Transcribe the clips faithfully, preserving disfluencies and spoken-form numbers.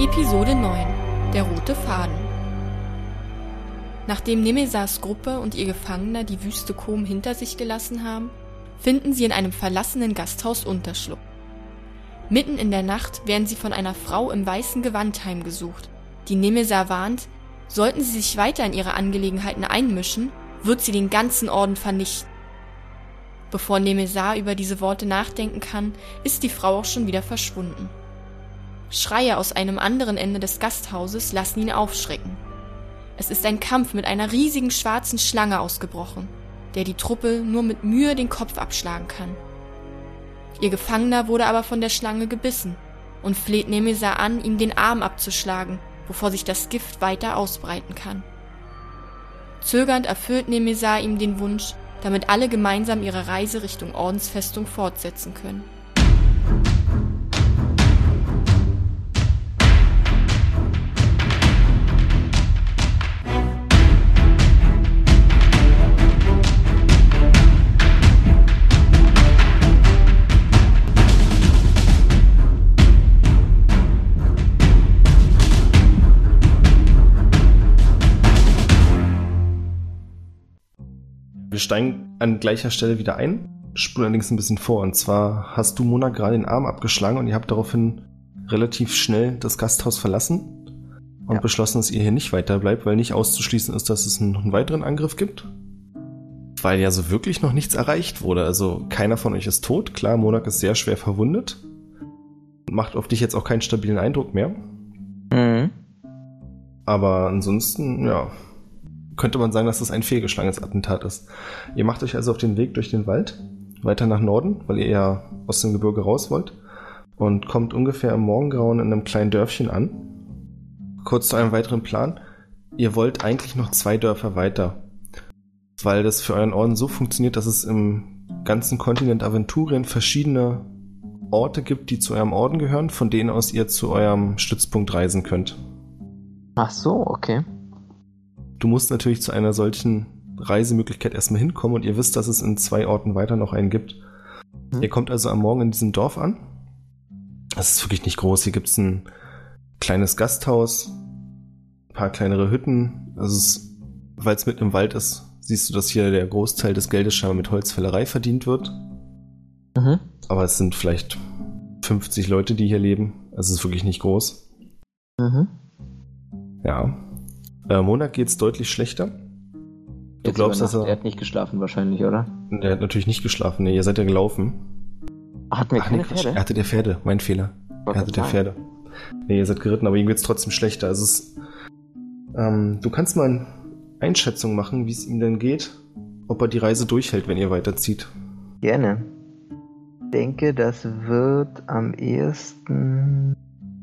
Episode neun – Der rote Faden. Nachdem Nemesars Gruppe und ihr Gefangener die Wüste Kom hinter sich gelassen haben, finden sie in einem verlassenen Gasthaus Unterschlupf. Mitten in der Nacht werden sie von einer Frau im weißen Gewand heimgesucht, die Nemesar warnt, sollten sie sich weiter in ihre Angelegenheiten einmischen, wird sie den ganzen Orden vernichten. Bevor Nemesar über diese Worte nachdenken kann, ist die Frau auch schon wieder verschwunden. Schreie aus einem anderen Ende des Gasthauses lassen ihn aufschrecken. Es ist ein Kampf mit einer riesigen schwarzen Schlange ausgebrochen, der die Truppe nur mit Mühe den Kopf abschlagen kann. Ihr Gefangener wurde aber von der Schlange gebissen und fleht Nemesar an, ihm den Arm abzuschlagen, bevor sich das Gift weiter ausbreiten kann. Zögernd erfüllt Nemesar ihm den Wunsch, damit alle gemeinsam ihre Reise Richtung Ordensfestung fortsetzen können. Wir steigen an gleicher Stelle wieder ein, spulen allerdings ein bisschen vor. Und zwar hast du Mona gerade den Arm abgeschlagen und ihr habt daraufhin relativ schnell das Gasthaus verlassen und ja. beschlossen, dass ihr hier nicht weiter bleibt, weil nicht auszuschließen ist, dass es einen, einen weiteren Angriff gibt. Weil ja so wirklich noch nichts erreicht wurde. Also keiner von euch ist tot. Klar, Monak ist sehr schwer verwundet. Macht auf dich jetzt auch keinen stabilen Eindruck mehr. Mhm. Aber ansonsten, ja... könnte man sagen, dass das ein fehlgeschlagenes Attentat ist. Ihr macht euch also auf den Weg durch den Wald, weiter nach Norden, weil ihr ja aus dem Gebirge raus wollt, und kommt ungefähr im Morgengrauen in einem kleinen Dörfchen an. Kurz zu einem weiteren Plan. Ihr wollt eigentlich noch zwei Dörfer weiter, weil das für euren Orden so funktioniert, dass es im ganzen Kontinent Aventurien verschiedene Orte gibt, die zu eurem Orden gehören, von denen aus ihr zu eurem Stützpunkt reisen könnt. Ach so, okay. Du musst natürlich zu einer solchen Reisemöglichkeit erstmal hinkommen und ihr wisst, dass es in zwei Orten weiter noch einen gibt. Hm. Ihr kommt also am Morgen in diesem Dorf an. Das ist wirklich nicht groß. Hier gibt es ein kleines Gasthaus, ein paar kleinere Hütten. Also weil es mitten im Wald ist, siehst du, dass hier der Großteil des Geldes scheinbar mit Holzfällerei verdient wird. Mhm. Aber es sind vielleicht fünfzig Leute, die hier leben. Also es ist wirklich nicht groß. Mhm. Ja. Äh, Monak geht's deutlich schlechter. Du Jetzt glaubst, dass er... Er hat nicht geschlafen wahrscheinlich, oder? Er hat natürlich nicht geschlafen. Nee, ihr seid ja gelaufen. Hat mir Ach, keine nee, Quatsch. Pferde? Er hatte der Pferde. Mein Fehler. Was er hatte der Pferde. Nee, ihr seid geritten, aber ihm geht's trotzdem schlechter. Also es... Ähm, du kannst mal eine Einschätzung machen, wie es ihm denn geht. Ob er die Reise durchhält, wenn ihr weiterzieht. Gerne. Ich denke, das wird am ehesten...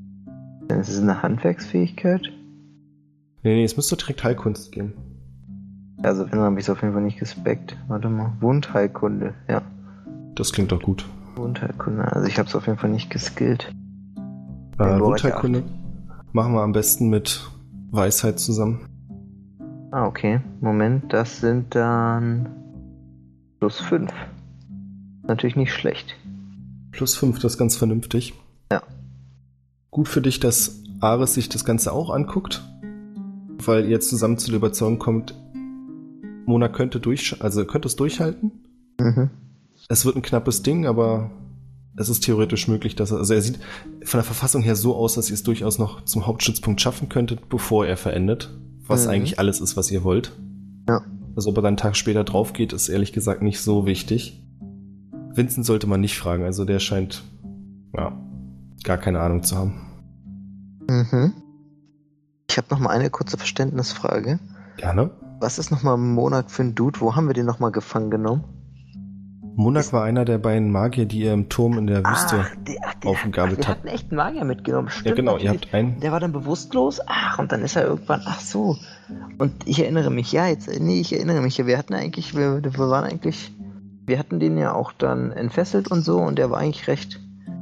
Ist es eine Handwerksfähigkeit? Nee, nee, es müsste direkt Heilkunst geben. Also wenn, dann habe ich es auf jeden Fall nicht gespeckt. Warte mal. Wundheilkunde, ja. Das klingt doch gut. Wundheilkunde, also ich habe es auf jeden Fall nicht geskillt. Äh, Wundheilkunde machen wir am besten mit Weisheit zusammen. Ah, okay. Moment, das sind dann plus fünf. Natürlich nicht schlecht. Plus fünf, das ist ganz vernünftig. Ja. Gut für dich, dass Ares sich das Ganze auch anguckt. Weil ihr zusammen zu der Überzeugung kommt, Mona könnte durch, also könnte es durchhalten. Mhm. Es wird ein knappes Ding, aber es ist theoretisch möglich, dass er, also er sieht von der Verfassung her so aus, dass ihr es durchaus noch zum Hauptstützpunkt schaffen könntet, bevor er verendet, was mhm. eigentlich alles ist, was ihr wollt. Ja. Also ob er dann einen Tag später drauf geht, ist ehrlich gesagt nicht so wichtig. Vincent sollte man nicht fragen, also der scheint, ja, gar keine Ahnung zu haben. Mhm. Ich habe noch mal eine kurze Verständnisfrage. Gerne. Was ist noch mal Monak für ein Dude? Wo haben wir den noch mal gefangen genommen? Monak ist... war einer der beiden Magier, die ihr im Turm in der Wüste ach, die, ach, die, aufgegabelt ach, wir habt. hatten echt einen Magier mitgenommen. Stimmt, ja, genau. natürlich. Ihr habt einen. Der war dann bewusstlos. Ach, und dann ist er irgendwann. Ach so. Und ich erinnere mich. Ja, jetzt. Nee, ich erinnere mich. Wir hatten eigentlich. Wir, wir waren eigentlich. Wir hatten den ja auch dann entfesselt und so. Und der war eigentlich recht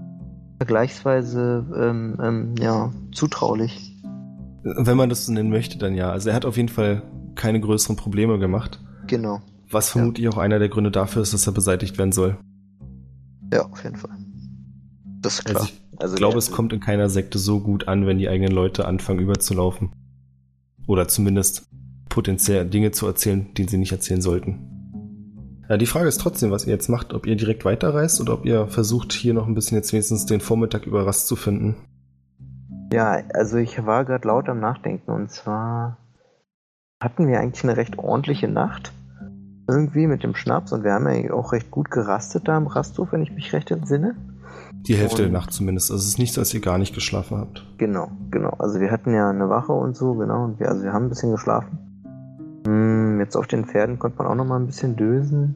vergleichsweise ähm, ähm, ja zutraulich. Wenn man das so nennen möchte, dann ja. Also er hat auf jeden Fall keine größeren Probleme gemacht. Genau. Was vermutlich ja. auch einer der Gründe dafür ist, dass er beseitigt werden soll. Ja, auf jeden Fall. Das ist klar. Also ich Also ich glaube, der, es kommt in keiner Sekte so gut an, wenn die eigenen Leute anfangen überzulaufen. Oder zumindest potenziell Dinge zu erzählen, die sie nicht erzählen sollten. Ja, die Frage ist trotzdem, was ihr jetzt macht. Ob ihr direkt weiterreist oder ob ihr versucht, hier noch ein bisschen jetzt wenigstens den Vormittag über Rast zu finden. Ja, also ich war gerade laut am Nachdenken und zwar hatten wir eigentlich eine recht ordentliche Nacht. Irgendwie mit dem Schnaps und wir haben ja auch recht gut gerastet da im Rasthof, wenn ich mich recht entsinne. Die Hälfte und der Nacht zumindest. Also es ist nicht so, dass ihr gar nicht geschlafen habt. Genau, genau. Also wir hatten ja eine Wache und so, genau. Und wir, also wir haben ein bisschen geschlafen. Hm, jetzt auf den Pferden konnte man auch noch mal ein bisschen dösen.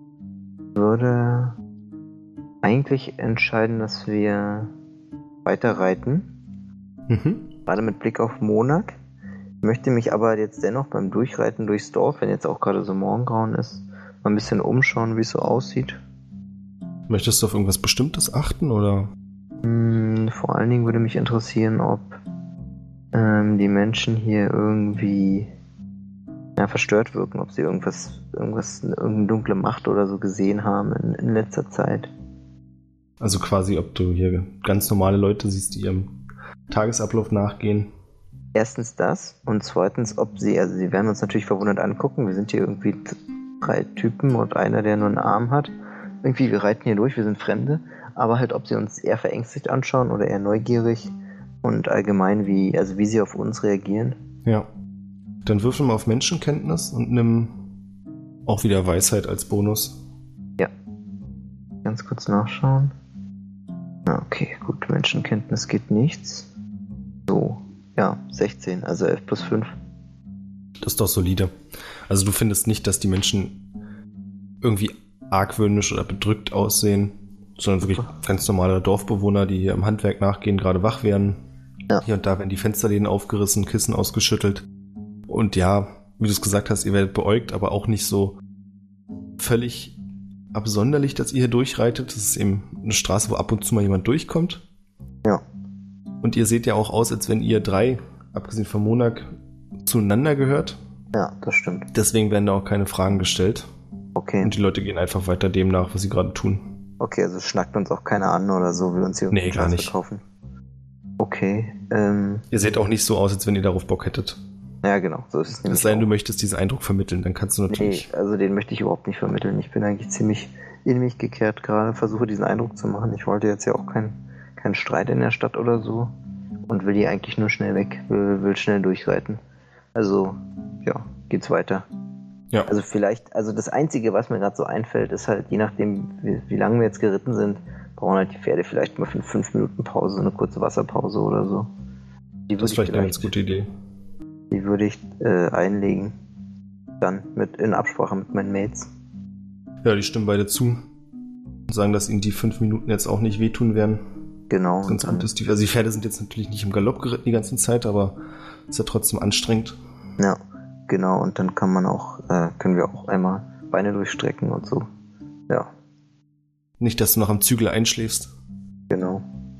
Würde eigentlich entscheiden, dass wir weiter reiten. Mhm. Gerade mit Blick auf Monarch. Ich möchte mich aber jetzt dennoch beim Durchreiten durchs Dorf, wenn jetzt auch gerade so Morgengrauen ist, mal ein bisschen umschauen, wie es so aussieht. Möchtest du auf irgendwas Bestimmtes achten, oder? Hm, vor allen Dingen würde mich interessieren, ob ähm, die Menschen hier irgendwie ja, verstört wirken, ob sie irgendwas, irgendwas, irgendeine dunkle Macht oder so gesehen haben in, in letzter Zeit. Also quasi, ob du hier ganz normale Leute siehst, die ihrem Tagesablauf nachgehen. Erstens das und zweitens, ob sie, also sie werden uns natürlich verwundert angucken, wir sind hier irgendwie drei Typen und einer, der nur einen Arm hat. Irgendwie, wir reiten hier durch, wir sind Fremde, aber halt, ob sie uns eher verängstigt anschauen oder eher neugierig und allgemein, wie, also wie sie auf uns reagieren. Ja. Dann würfel mal auf Menschenkenntnis und nimm auch wieder Weisheit als Bonus. Ja. Ganz kurz nachschauen. Na, okay, gut, Menschenkenntnis geht nichts. So, ja, sechzehn, also elf plus fünf. Das ist doch solide. Also du findest nicht, dass die Menschen irgendwie argwöhnisch oder bedrückt aussehen, sondern wirklich ganz normale Dorfbewohner, die hier im Handwerk nachgehen, gerade wach werden. Ja. Hier und da werden die Fensterläden aufgerissen, Kissen ausgeschüttelt. Und ja, wie du es gesagt hast, ihr werdet beäugt, aber auch nicht so völlig absonderlich, dass ihr hier durchreitet. Das ist eben eine Straße, wo ab und zu mal jemand durchkommt. Ja. Und ihr seht ja auch aus, als wenn ihr drei, abgesehen von Monarch, zueinander gehört. Ja, das stimmt. Deswegen werden da auch keine Fragen gestellt. Okay. Und die Leute gehen einfach weiter dem nach, was sie gerade tun. Okay, also schnackt uns auch keiner an oder so, will uns hier nee, gar nicht verkaufen. Okay. Ähm, ihr seht auch nicht so aus, als wenn ihr darauf Bock hättet. Ja, genau, so ist es nämlich. Es sei denn, auch. du möchtest diesen Eindruck vermitteln, dann kannst du natürlich... Nee, also den möchte ich überhaupt nicht vermitteln. Ich bin eigentlich ziemlich in mich gekehrt gerade, versuche diesen Eindruck zu machen. Ich wollte jetzt ja auch keinen kein Streit in der Stadt oder so und will hier eigentlich nur schnell weg, will, will schnell durchreiten. Also, ja, geht's weiter. Ja. Also vielleicht, also das Einzige, was mir gerade so einfällt, ist halt, je nachdem, wie, wie lange wir jetzt geritten sind, brauchen halt die Pferde vielleicht mal für eine fünf Minuten Pause, eine kurze Wasserpause oder so. Die das ist vielleicht, vielleicht eine ganz gute Idee. Die würde ich äh, einlegen. Dann mit in Absprache mit meinen Mates. Ja, die stimmen beide zu. Und sagen, dass ihnen die fünf Minuten jetzt auch nicht wehtun werden. Genau. Das ganz gut ist. Die, also die Pferde sind jetzt natürlich nicht im Galopp geritten die ganze Zeit, aber ist ja trotzdem anstrengend. Ja, genau. Und dann kann man auch, äh, können wir auch einmal Beine durchstrecken und so. Ja. Nicht, dass du noch am Zügel einschläfst. Genau.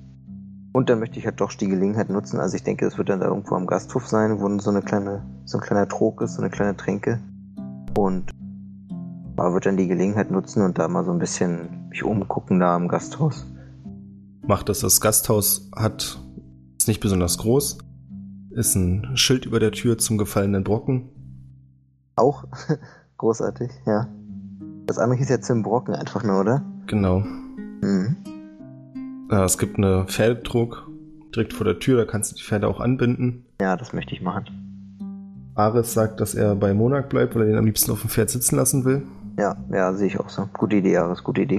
Und dann möchte ich halt doch die Gelegenheit nutzen, also ich denke, es wird dann da irgendwo am Gasthof sein, wo so eine kleine, so ein kleiner Trog ist, so eine kleine Tränke. Und man wird dann die Gelegenheit nutzen und da mal so ein bisschen mich umgucken da am Gasthaus. Macht das. Das Gasthaus hat, ist nicht besonders groß, ist ein Schild über der Tür zum gefallenen Brocken. Auch großartig, ja. Das andere hieß ja zum Brocken einfach nur, oder? Genau. Mhm. Ja, es gibt eine Pferdetrog direkt vor der Tür, da kannst du die Pferde auch anbinden. Ja, das möchte ich machen. Ares sagt, dass er bei Monarch bleibt, weil er den am liebsten auf dem Pferd sitzen lassen will. Ja, ja, sehe ich auch so. Gute Idee, Ares, gute Idee.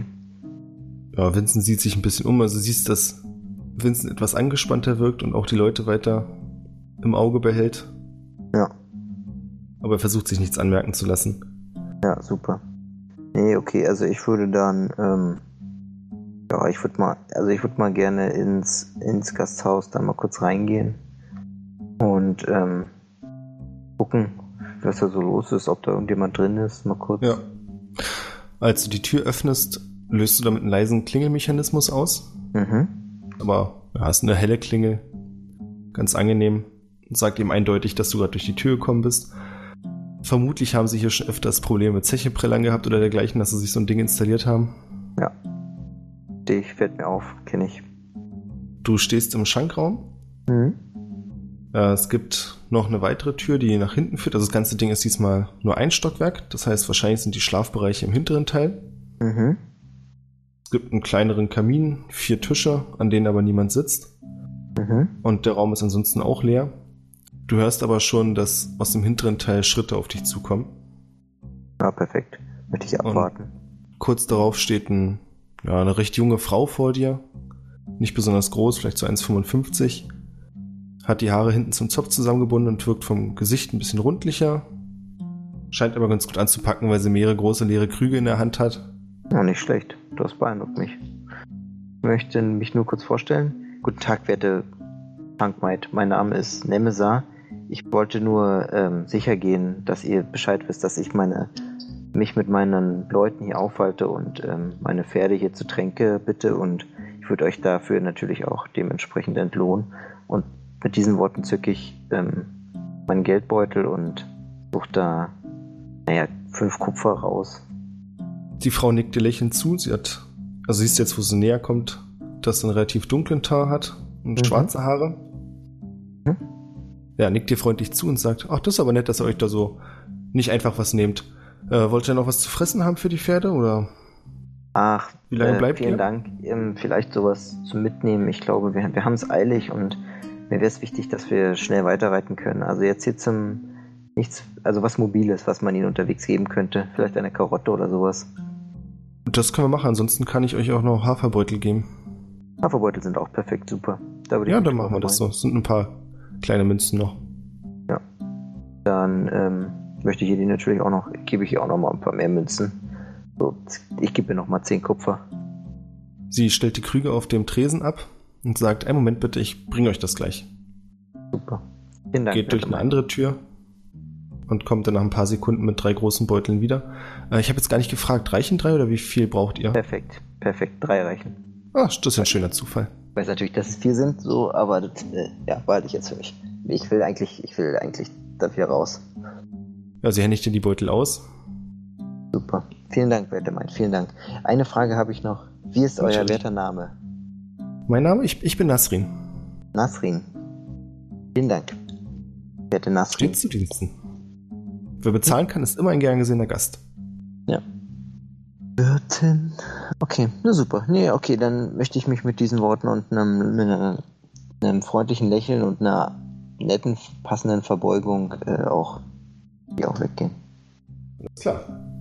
Ja, Vincent sieht sich ein bisschen um, also siehst, dass Vincent etwas angespannter wirkt und auch die Leute weiter im Auge behält. Ja. Aber er versucht sich nichts anmerken zu lassen. Ja, super. Nee, okay, also ich würde dann, ähm, ja, ich würde mal, also ich würde mal gerne ins, ins Gasthaus dann mal kurz reingehen und ähm, gucken, was da so los ist, ob da irgendjemand drin ist, mal kurz. Ja. Als du die Tür öffnest, löst du damit einen leisen Klingelmechanismus aus. Mhm. Aber ja, hast eine helle Klingel. Ganz angenehm. Sagt ihm eindeutig, dass du gerade durch die Tür gekommen bist. Vermutlich haben sie hier schon öfters Probleme mit Zecheprellern gehabt oder dergleichen, dass sie sich so ein Ding installiert haben. Ja. Die fällt mir auf, kenne ich. Du stehst im Schankraum. Mhm. Äh, es gibt noch eine weitere Tür, die nach hinten führt. Also das ganze Ding ist diesmal nur ein Stockwerk. Das heißt, wahrscheinlich sind die Schlafbereiche im hinteren Teil. Mhm. Es gibt einen kleineren Kamin, vier Tische, an denen aber niemand sitzt. Mhm. Und der Raum ist ansonsten auch leer. Du hörst aber schon, dass aus dem hinteren Teil Schritte auf dich zukommen. Ja, perfekt. Möchte ich abwarten. Und kurz darauf steht ein, ja, eine recht junge Frau vor dir. Nicht besonders groß, vielleicht so eins Komma fünfundfünfzig. Hat die Haare hinten zum Zopf zusammengebunden und wirkt vom Gesicht ein bisschen rundlicher. Scheint aber ganz gut anzupacken, weil sie mehrere große leere Krüge in der Hand hat. Oh, nicht schlecht. Du hast beeindruckt mich. Ich möchte mich nur kurz vorstellen. Guten Tag, werte Punkmaid. Mein Name ist Nemesa. Ich wollte nur ähm, sicher gehen, dass ihr Bescheid wisst, dass ich meine mich mit meinen Leuten hier aufhalte und ähm, meine Pferde hier zu Tränke bitte, und ich würde euch dafür natürlich auch dementsprechend entlohnen. Und mit diesen Worten zücke ich ähm, meinen Geldbeutel und suche da, naja, fünf Kupfer raus. Die Frau nickt dir lächelnd zu. Sie hat, also siehst jetzt, wo sie näher kommt, dass sie einen relativ dunklen Teint hat und mhm. schwarze Haare. Mhm. Ja, nickt dir freundlich zu und sagt, ach, das ist aber nett, dass ihr euch da so nicht einfach was nehmt. Äh, wollt ihr noch was zu fressen haben für die Pferde, oder? Ach, wie lange äh, bleibt vielen ihr? Dank. Ähm, vielleicht sowas zum Mitnehmen. Ich glaube, wir, wir haben es eilig und mir wäre es wichtig, dass wir schnell weiterreiten können. Also jetzt hier zum nichts, also was Mobiles, was man ihnen unterwegs geben könnte. Vielleicht eine Karotte oder sowas. Das können wir machen, ansonsten kann ich euch auch noch Haferbeutel geben. Haferbeutel sind auch perfekt, super. Da würde ja, ich dann machen wir das so. Es sind ein paar kleine Münzen noch. Ja. Dann ähm, möchte ich hier natürlich auch noch, gebe ich ihr auch noch mal ein paar mehr Münzen. So, ich gebe ihr noch mal zehn Kupfer. Sie stellt die Krüge auf dem Tresen ab und sagt, einen Moment bitte, ich bringe euch das gleich. Super. Vielen Dank. Geht durch eine andere Tür und kommt dann nach ein paar Sekunden mit drei großen Beuteln wieder. Äh, ich habe jetzt gar nicht gefragt, reichen drei oder wie viel braucht ihr? Perfekt, perfekt, drei reichen. Ah, das ist ein schöner Zufall. Ich weiß natürlich, dass es vier sind, so, aber das, äh, ja, behalte ich jetzt für mich. Ich will eigentlich, ich will eigentlich dafür raus. Ja, sie händigt dir die Beutel aus. Super. Vielen Dank, werter Mann, vielen Dank. Eine Frage habe ich noch. Wie ist natürlich euer werter Name? Mein Name? Ich, ich bin Nasrin. Nasrin. Vielen Dank. Werte Nasrin. Steht zu Diensten. Wer bezahlen kann, ist immer ein gern gesehener Gast. Ja. Wirtin. Okay, na super. Nee, okay, dann möchte ich mich mit diesen Worten und einem, einem, einem freundlichen Lächeln und einer netten, passenden Verbeugung äh, auch, hier auch weggehen. Alles klar.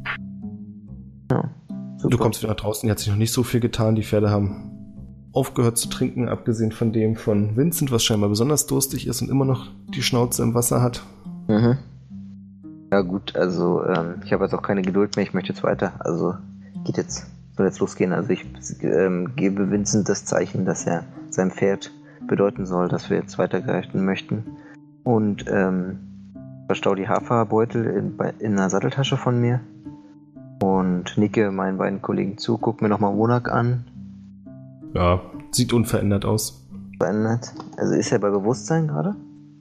Ja, super. Du kommst wieder nach draußen, hier hat sich noch nicht so viel getan. Die Pferde haben aufgehört zu trinken, abgesehen von dem von Vincent, was scheinbar besonders durstig ist und immer noch die Schnauze im Wasser hat. Mhm. Ja gut, also ähm, ich habe jetzt auch keine Geduld mehr, ich möchte jetzt weiter. Also geht jetzt, soll jetzt losgehen. Also ich ähm, gebe Vincent das Zeichen, dass er seinem Pferd bedeuten soll, dass wir jetzt weitergreifen möchten. Und ähm, verstau die Haferbeutel in, in einer Satteltasche von mir und nicke meinen beiden Kollegen zu, guck mir nochmal Wonak an. Ja, sieht unverändert aus. Verändert? Also ist er bei Bewusstsein gerade?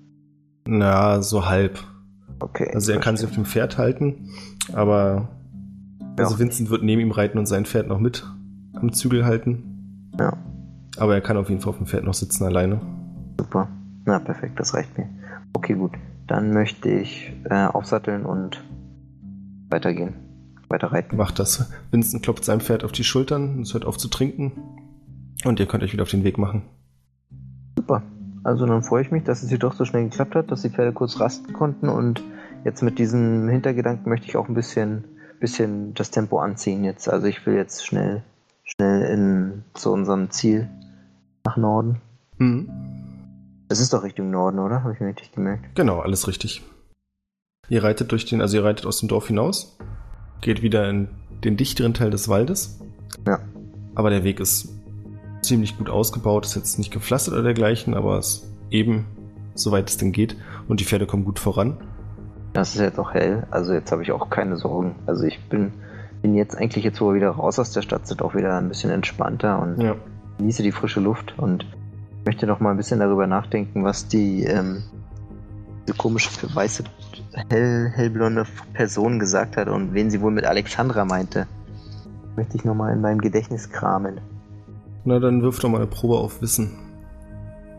Na, so halb. Okay. Also er kann sich auf dem Pferd halten, aber ja. Also Vincent wird neben ihm reiten und sein Pferd noch mit am Zügel halten. Ja. Aber er kann auf jeden Fall auf dem Pferd noch sitzen alleine. Super. Na, perfekt, das reicht mir. Okay, gut. Dann möchte ich äh, aufsatteln und weitergehen. Weiter reiten. Macht das. Vincent klopft seinem Pferd auf die Schultern, es hört auf zu trinken und ihr könnt euch wieder auf den Weg machen. Super. Also dann freue ich mich, dass es hier doch so schnell geklappt hat, dass die Pferde kurz rasten konnten, und jetzt mit diesem Hintergedanken möchte ich auch ein bisschen, bisschen das Tempo anziehen jetzt. Also ich will jetzt schnell, schnell in, zu unserem Ziel nach Norden. Mhm. Es ist doch Richtung Norden, oder? Habe ich mir richtig gemerkt. Genau, alles richtig. Ihr reitet durch den, also ihr reitet aus dem Dorf hinaus, geht wieder in den dichteren Teil des Waldes. Ja. Aber der Weg ist ziemlich gut ausgebaut, ist jetzt nicht gepflastert oder dergleichen, aber es ist eben, soweit es denn geht, und die Pferde kommen gut voran. Das ist jetzt auch hell, also jetzt habe ich auch keine Sorgen. Also ich bin, bin jetzt eigentlich, jetzt wo wir wieder raus aus der Stadt sind, auch wieder ein bisschen entspannter und ja. genieße die frische Luft und möchte noch mal ein bisschen darüber nachdenken, was die ähm, diese komische, weiße, hell, hellblonde Person gesagt hat und wen sie wohl mit Alexandra meinte. Möchte ich noch mal in meinem Gedächtnis kramen. Na, dann wirf doch mal eine Probe auf Wissen.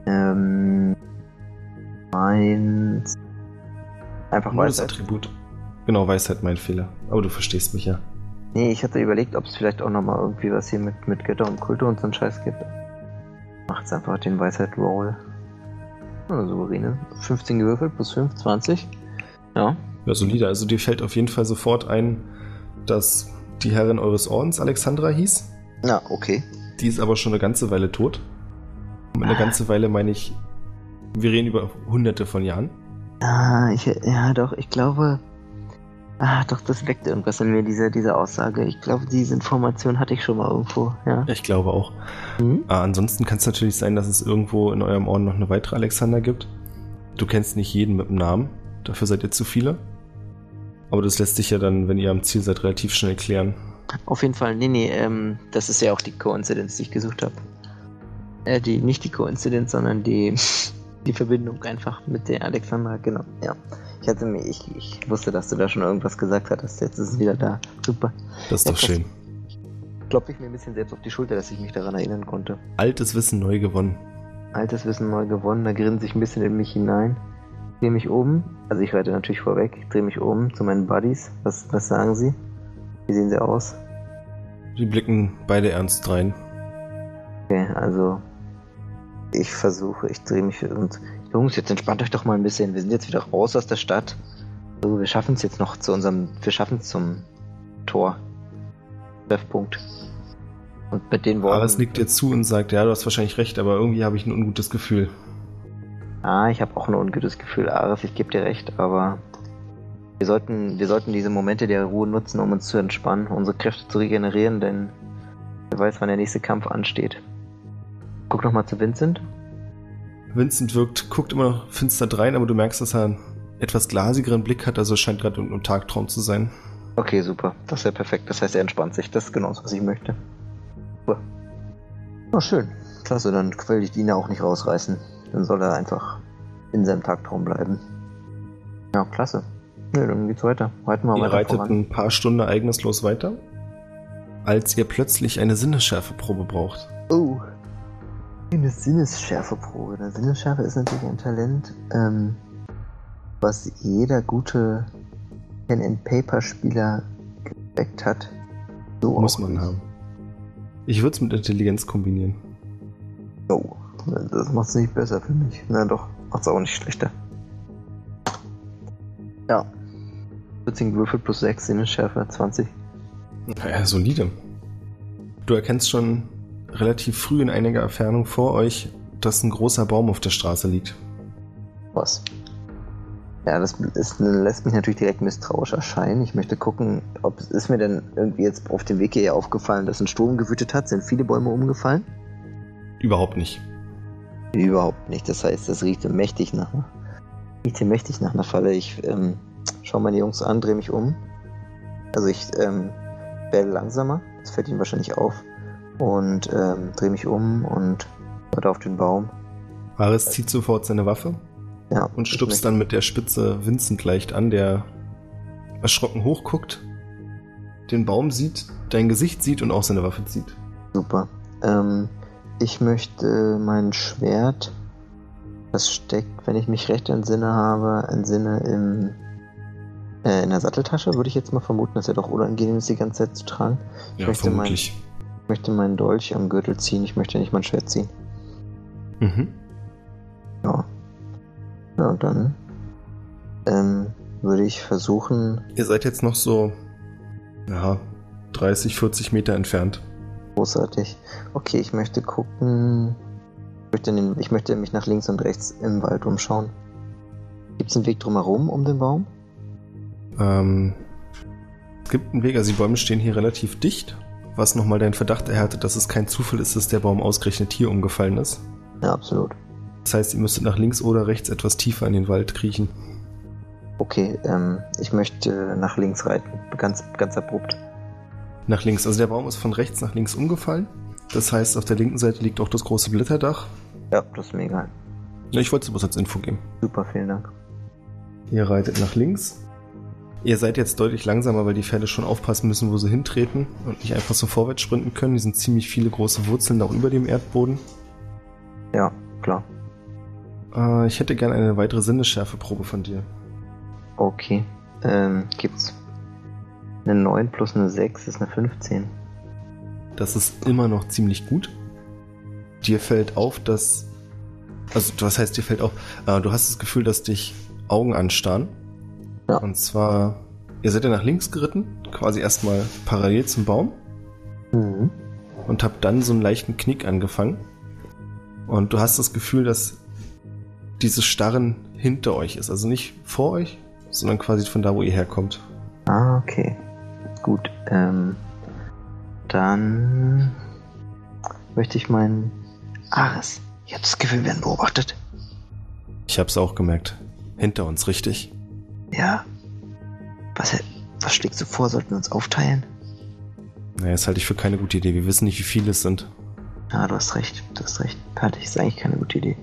Ähm. Meins. Einfach Nur das Weisheit. Attribut. Genau, Weisheit mein Fehler. Aber du verstehst mich ja. Nee, ich hatte überlegt, ob es vielleicht auch nochmal irgendwie was hier mit, mit Götter und Kulte und so einen Scheiß gibt. Macht's einfach den Weisheit-Roll. Ja, souveräne. fünfzehn gewürfelt, plus fünf, zwanzig. Ja. Ja, solide. Also dir fällt auf jeden Fall sofort ein, dass die Herrin eures Ordens Alexandra hieß. Na, okay. Die ist aber schon eine ganze Weile tot. Und eine ganze Weile meine ich, wir reden über hunderte von Jahren. Ah, ich, ja doch, ich glaube... Ah, doch, das weckt irgendwas in mir, diese, diese Aussage. Ich glaube, diese Information hatte ich schon mal irgendwo, ja. Ich glaube auch. Mhm. Ah, ansonsten kann es natürlich sein, dass es irgendwo in eurem Orden noch eine weitere Alexander gibt. Du kennst nicht jeden mit dem Namen. Dafür seid ihr zu viele. Aber das lässt sich ja dann, wenn ihr am Ziel seid, relativ schnell klären. Auf jeden Fall, nee, nee, ähm, das ist ja auch die Koinzidenz, die ich gesucht habe. Äh, die, nicht die Koinzidenz, sondern die, die Verbindung einfach mit der Alexandra, genau, ja. Ich hatte mir, ich, ich wusste, dass du da schon irgendwas gesagt hattest, jetzt ist es wieder da. Super. Das ist doch Etwas schön. Klopfe ich mir ein bisschen selbst auf die Schulter, dass ich mich daran erinnern konnte. Altes Wissen neu gewonnen. Altes Wissen neu gewonnen, da grinse ich ein bisschen in mich hinein. Drehe mich um, also ich reite natürlich vorweg, ich drehe mich um zu meinen Buddies. Was, was sagen sie? Wie sehen sie aus? Die blicken beide ernst rein. Okay, also ich versuche, ich drehe mich und Jungs, jetzt entspannt euch doch mal ein bisschen. Wir sind jetzt wieder raus aus der Stadt. So, wir schaffen es jetzt noch zu unserem, wir schaffen es zum Tor. Treffpunkt. Und mit den Worten... Ares nickt dir zu und sagt, ja, du hast wahrscheinlich recht, aber irgendwie habe ich ein ungutes Gefühl. Ah, ich habe auch ein ungutes Gefühl, Ares, ich gebe dir recht, aber wir sollten, wir sollten diese Momente der Ruhe nutzen, um uns zu entspannen, unsere Kräfte zu regenerieren, denn wer weiß, wann der nächste Kampf ansteht. Guck nochmal zu Vincent. Vincent wirkt, guckt immer noch finster drein, aber du merkst, dass er einen etwas glasigeren Blick hat, also es scheint gerade ein Tagtraum zu sein. Okay, super. Das ist ja perfekt. Das heißt, er entspannt sich. Das ist genau das, was ich möchte. Super. Oh, schön. Klasse, dann will ich ihn auch nicht rausreißen. Dann soll er einfach in seinem Tagtraum bleiben. Ja, klasse. Ja, dann geht's weiter. Reiten wir Ihr weiter reitet voran. ein paar Stunden ereignislos weiter, als ihr plötzlich eine Sinnesschärfeprobe braucht. Oh. Eine Sinnesschärfeprobe. Eine Sinnesschärfe ist natürlich ein Talent, ähm, was jeder gute Pen-and-Paper-Spieler geweckt hat. So Muss auch man ich. haben. Ich würde es mit Intelligenz kombinieren. Oh, das macht es nicht besser für mich. Na doch, macht es auch nicht schlechter. Ja. vierzehn gewürfelt plus sechs, Sinnesschärfe, zwanzig. Naja, solide. Du erkennst schon relativ früh in einiger Entfernung vor euch, dass ein großer Baum auf der Straße liegt. Was? Ja, das ist, lässt mich natürlich direkt misstrauisch erscheinen. Ich möchte gucken, ob es ist mir denn irgendwie jetzt auf dem Weg hierher aufgefallen, dass ein Sturm gewütet hat. Sind viele Bäume umgefallen? Überhaupt nicht. Überhaupt nicht. Das heißt, es riecht mächtig nach einer, riecht hier mächtig nach einer Falle. Ich ähm, schaue meine Jungs an, drehe mich um. Also ich ähm, werde langsamer. Das fällt ihnen wahrscheinlich auf. Und ähm, drehe mich um und warte auf den Baum. Ares zieht sofort seine Waffe Ja, und ich stupst möchte- dann mit der Spitze Vincent leicht an, der erschrocken hochguckt, den Baum sieht, dein Gesicht sieht und auch seine Waffe zieht. Super. Ähm, ich möchte mein Schwert, das steckt, wenn ich mich recht entsinne habe, entsinne im, äh, in der Satteltasche, würde ich jetzt mal vermuten, dass er doch unangenehm ist, die ganze Zeit zu tragen. Ich Ja, möchte, mein, vermutlich. ich möchte meinen Dolch am Gürtel ziehen, ich möchte nicht mein Schwert ziehen. Mhm. Ja. Ja, und dann ähm, würde ich versuchen, Ihr seid jetzt noch so, ja, dreißig, vierzig Meter entfernt. großartig. Okay, ich möchte gucken. Ich möchte, in den, ich möchte mich nach links und rechts im Wald umschauen. Gibt es einen Weg drumherum um den Baum? Ähm, es gibt einen Weg, also die Bäume stehen hier relativ dicht, was nochmal deinen Verdacht erhärtet, dass es kein Zufall ist, dass der Baum ausgerechnet hier umgefallen ist. Ja, absolut. Das heißt, ihr müsstet nach links oder rechts etwas tiefer in den Wald kriechen. Okay, ähm, ich möchte nach links reiten. Ganz, ganz abrupt. Nach links, also der Baum ist von rechts nach links umgefallen. Das heißt, auf der linken Seite liegt auch das große Blätterdach. Ja, das ist mir egal. Ja, ich wollte es bloß als Info geben. Super, vielen Dank. Ihr reitet nach links. Ihr seid jetzt deutlich langsamer, weil die Pferde schon aufpassen müssen, wo sie hintreten und nicht einfach so vorwärts sprinten können. Die sind ziemlich viele große Wurzeln da über dem Erdboden. Ja, klar. Äh, ich hätte gerne eine weitere Sinnesschärfeprobe von dir. Okay. Ähm, gibt's. Eine neun plus eine sechs ist eine fünfzehn. Das ist immer noch ziemlich gut. Dir fällt auf, dass... Also, was heißt, dir fällt auf? Äh, du hast das Gefühl, dass dich Augen anstarren. Ja. Und zwar, ihr seid ja nach links geritten, quasi erstmal parallel zum Baum. Mhm. Und habt dann so einen leichten Knick angefangen. Und du hast das Gefühl, dass dieses Starren hinter euch ist. Also nicht vor euch, sondern quasi von da, wo ihr herkommt. Ah, okay. Gut. Ähm, dann möchte ich meinen Ares. Ich habe das Gefühl, wir werden beobachtet. Ich hab's auch gemerkt. Hinter uns, richtig? Ja. Was, was schlägst du vor? Sollten wir uns aufteilen? Naja, das halte ich für keine gute Idee. Wir wissen nicht, wie viele es sind. Ah, du hast recht. Du hast recht. Halte ich, ist eigentlich keine gute Idee.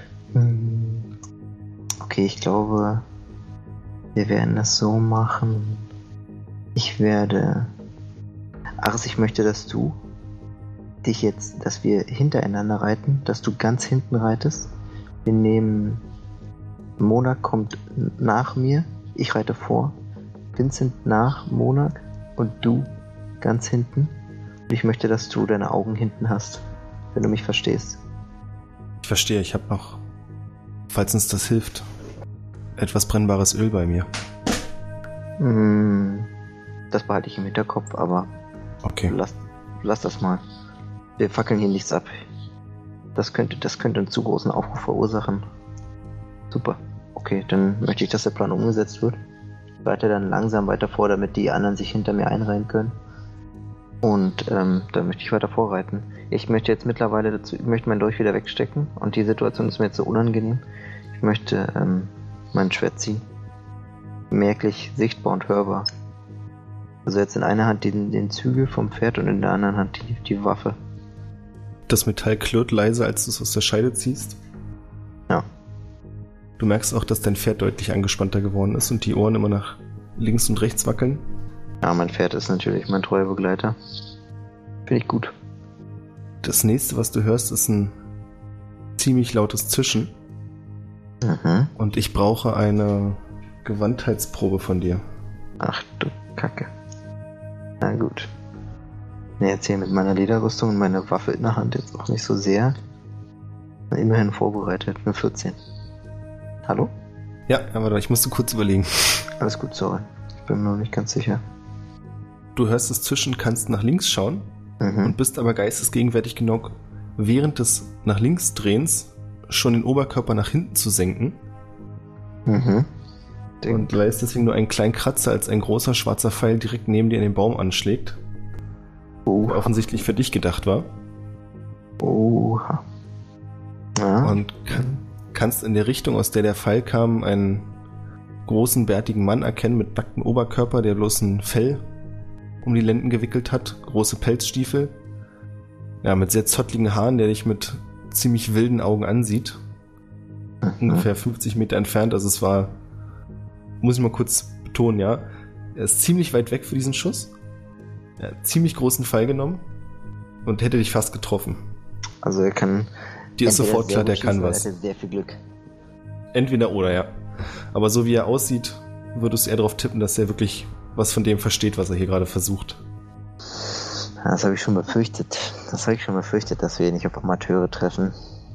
Hm. Okay, ich glaube, wir werden das so machen. Ich werde... Ares, ich möchte, dass du dich jetzt, dass wir hintereinander reiten, dass du ganz hinten reitest. Wir nehmen... Monarch kommt nach mir, ich reite vor. Vincent nach Monarch und du ganz hinten. Und ich möchte, dass du deine Augen hinten hast, wenn du mich verstehst. Ich verstehe, ich habe noch, falls uns das hilft, etwas brennbares Öl bei mir. Mm, das behalte ich im Hinterkopf, aber okay. lass, lass das mal. Wir fackeln hier nichts ab. Das könnte, das könnte einen zu großen Aufruhr verursachen. Super. Okay, dann möchte ich, dass der Plan umgesetzt wird. Ich reite dann langsam weiter vor, damit die anderen sich hinter mir einreihen können. Und ähm, dann möchte ich weiter vorreiten. Ich möchte jetzt mittlerweile dazu, ich möchte mein Dolch wieder wegstecken und die Situation ist mir jetzt so unangenehm. Ich möchte ähm, mein Schwert ziehen. Merklich sichtbar und hörbar. Also jetzt in einer Hand den, den Zügel vom Pferd und in der anderen Hand die, die Waffe. Das Metall klirrt leise, als du es aus der Scheide ziehst. Ja. Du merkst auch, dass dein Pferd deutlich angespannter geworden ist und die Ohren immer nach links und rechts wackeln. Ja, mein Pferd ist natürlich mein treuer Begleiter. Finde ich gut. Das nächste, was du hörst, ist ein ziemlich lautes Zischen. Mhm. Und ich brauche eine Gewandtheitsprobe von dir. Ach du Kacke. Na gut. Ne, jetzt hier mit meiner Lederrüstung und meiner Waffe in der Hand jetzt auch nicht so sehr. Immerhin vorbereitet. Eine vierzehn. Hallo? Ja, aber ich musste kurz überlegen. Alles gut, sorry. Ich bin mir noch nicht ganz sicher. Du hörst das Zischen, kannst nach links schauen Mhm. und bist aber geistesgegenwärtig genug, während des nach links Drehens schon den Oberkörper nach hinten zu senken. Mhm. Und leist deswegen nur einen kleinen Kratzer, als ein großer schwarzer Pfeil direkt neben dir in den Baum anschlägt. Oh. Der offensichtlich für dich gedacht war. Oha. Ja. Und kann, kannst in der Richtung, aus der der Pfeil kam, einen großen, bärtigen Mann erkennen mit nacktem Oberkörper, der bloß ein Fell um die Lenden gewickelt hat, große Pelzstiefel, ja, mit sehr zottligen Haaren, der dich mit ziemlich wilden Augen ansieht. Mhm. Ungefähr fünfzig Meter entfernt, also es war, muss ich mal kurz betonen, ja, er ist ziemlich weit weg für diesen Schuss. Er hat ziemlich großen Pfeil genommen und hätte dich fast getroffen. Also er kann... Dir ist sofort klar, der kann schießen, was. Er hatte sehr viel Glück. Entweder oder, ja. Aber so wie er aussieht, würdest du eher darauf tippen, dass er wirklich was von dem versteht, was er hier gerade versucht. Das habe ich schon befürchtet. Das habe ich schon befürchtet, dass wir nicht auf Amateure treffen.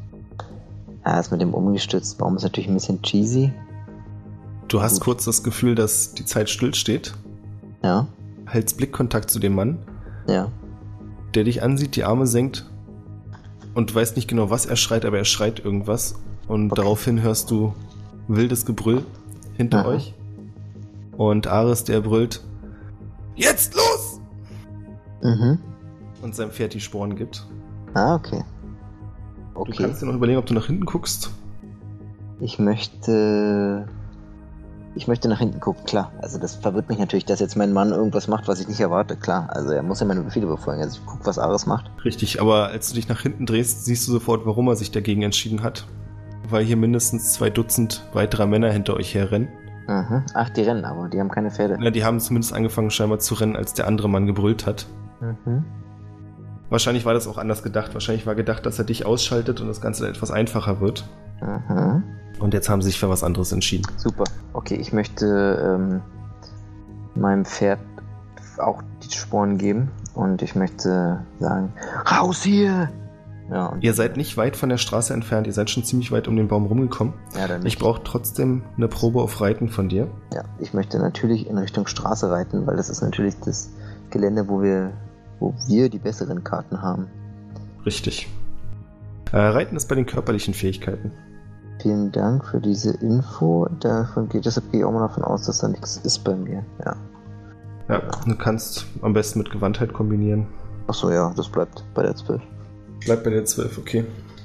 Ja, das mit dem umgestützten Baum ist natürlich ein bisschen cheesy. Du hast Gut. kurz das Gefühl, dass die Zeit stillsteht. Ja, Hältst Blickkontakt zu dem Mann, ja. der dich ansieht, die Arme senkt und du weißt nicht genau, was er schreit, aber er schreit irgendwas. Und Okay. daraufhin hörst du wildes Gebrüll hinter Aha. euch. Und Ares, der brüllt, jetzt los! Mhm. Und seinem Pferd die Sporen gibt. Ah, okay. Du Okay. kannst dir noch überlegen, ob du nach hinten guckst. Ich möchte... Ich möchte nach hinten gucken, klar. Also das verwirrt mich natürlich, dass jetzt mein Mann irgendwas macht, was ich nicht erwarte, klar. Also er muss ja meine Befehle befolgen. Also ich gucke, was Ares macht. Richtig, aber als du dich nach hinten drehst, siehst du sofort, warum er sich dagegen entschieden hat. Weil hier mindestens zwei Dutzend weiterer Männer hinter euch herrennen. Mhm. Ach, die rennen aber, die haben keine Pferde. Ja, die haben zumindest angefangen scheinbar zu rennen, als der andere Mann gebrüllt hat. Mhm. Wahrscheinlich war das auch anders gedacht. Wahrscheinlich war gedacht, dass er dich ausschaltet und das Ganze dann etwas einfacher wird. Aha. Und jetzt haben sie sich für was anderes entschieden. Super. Okay, ich möchte ähm, meinem Pferd auch die Sporen geben und ich möchte sagen, raus hier! Ja, und Ihr seid nicht weit von der Straße entfernt, ihr seid schon ziemlich weit um den Baum rumgekommen. ja, dann Ich brauche trotzdem eine Probe auf Reiten von dir. Ja, ich möchte natürlich in Richtung Straße reiten, weil das ist natürlich das Gelände, wo wir, wo wir die besseren Karten haben. Richtig. Äh, Reiten ist bei den körperlichen Fähigkeiten. Vielen Dank für diese Info. Davon geht, deshalb gehe ich auch mal davon aus, dass da nichts ist bei mir. Ja. Ja, du kannst am besten mit Gewandtheit kombinieren. Achso, ja, das bleibt bei der zwölf. Bleibt bei der zwölf, okay.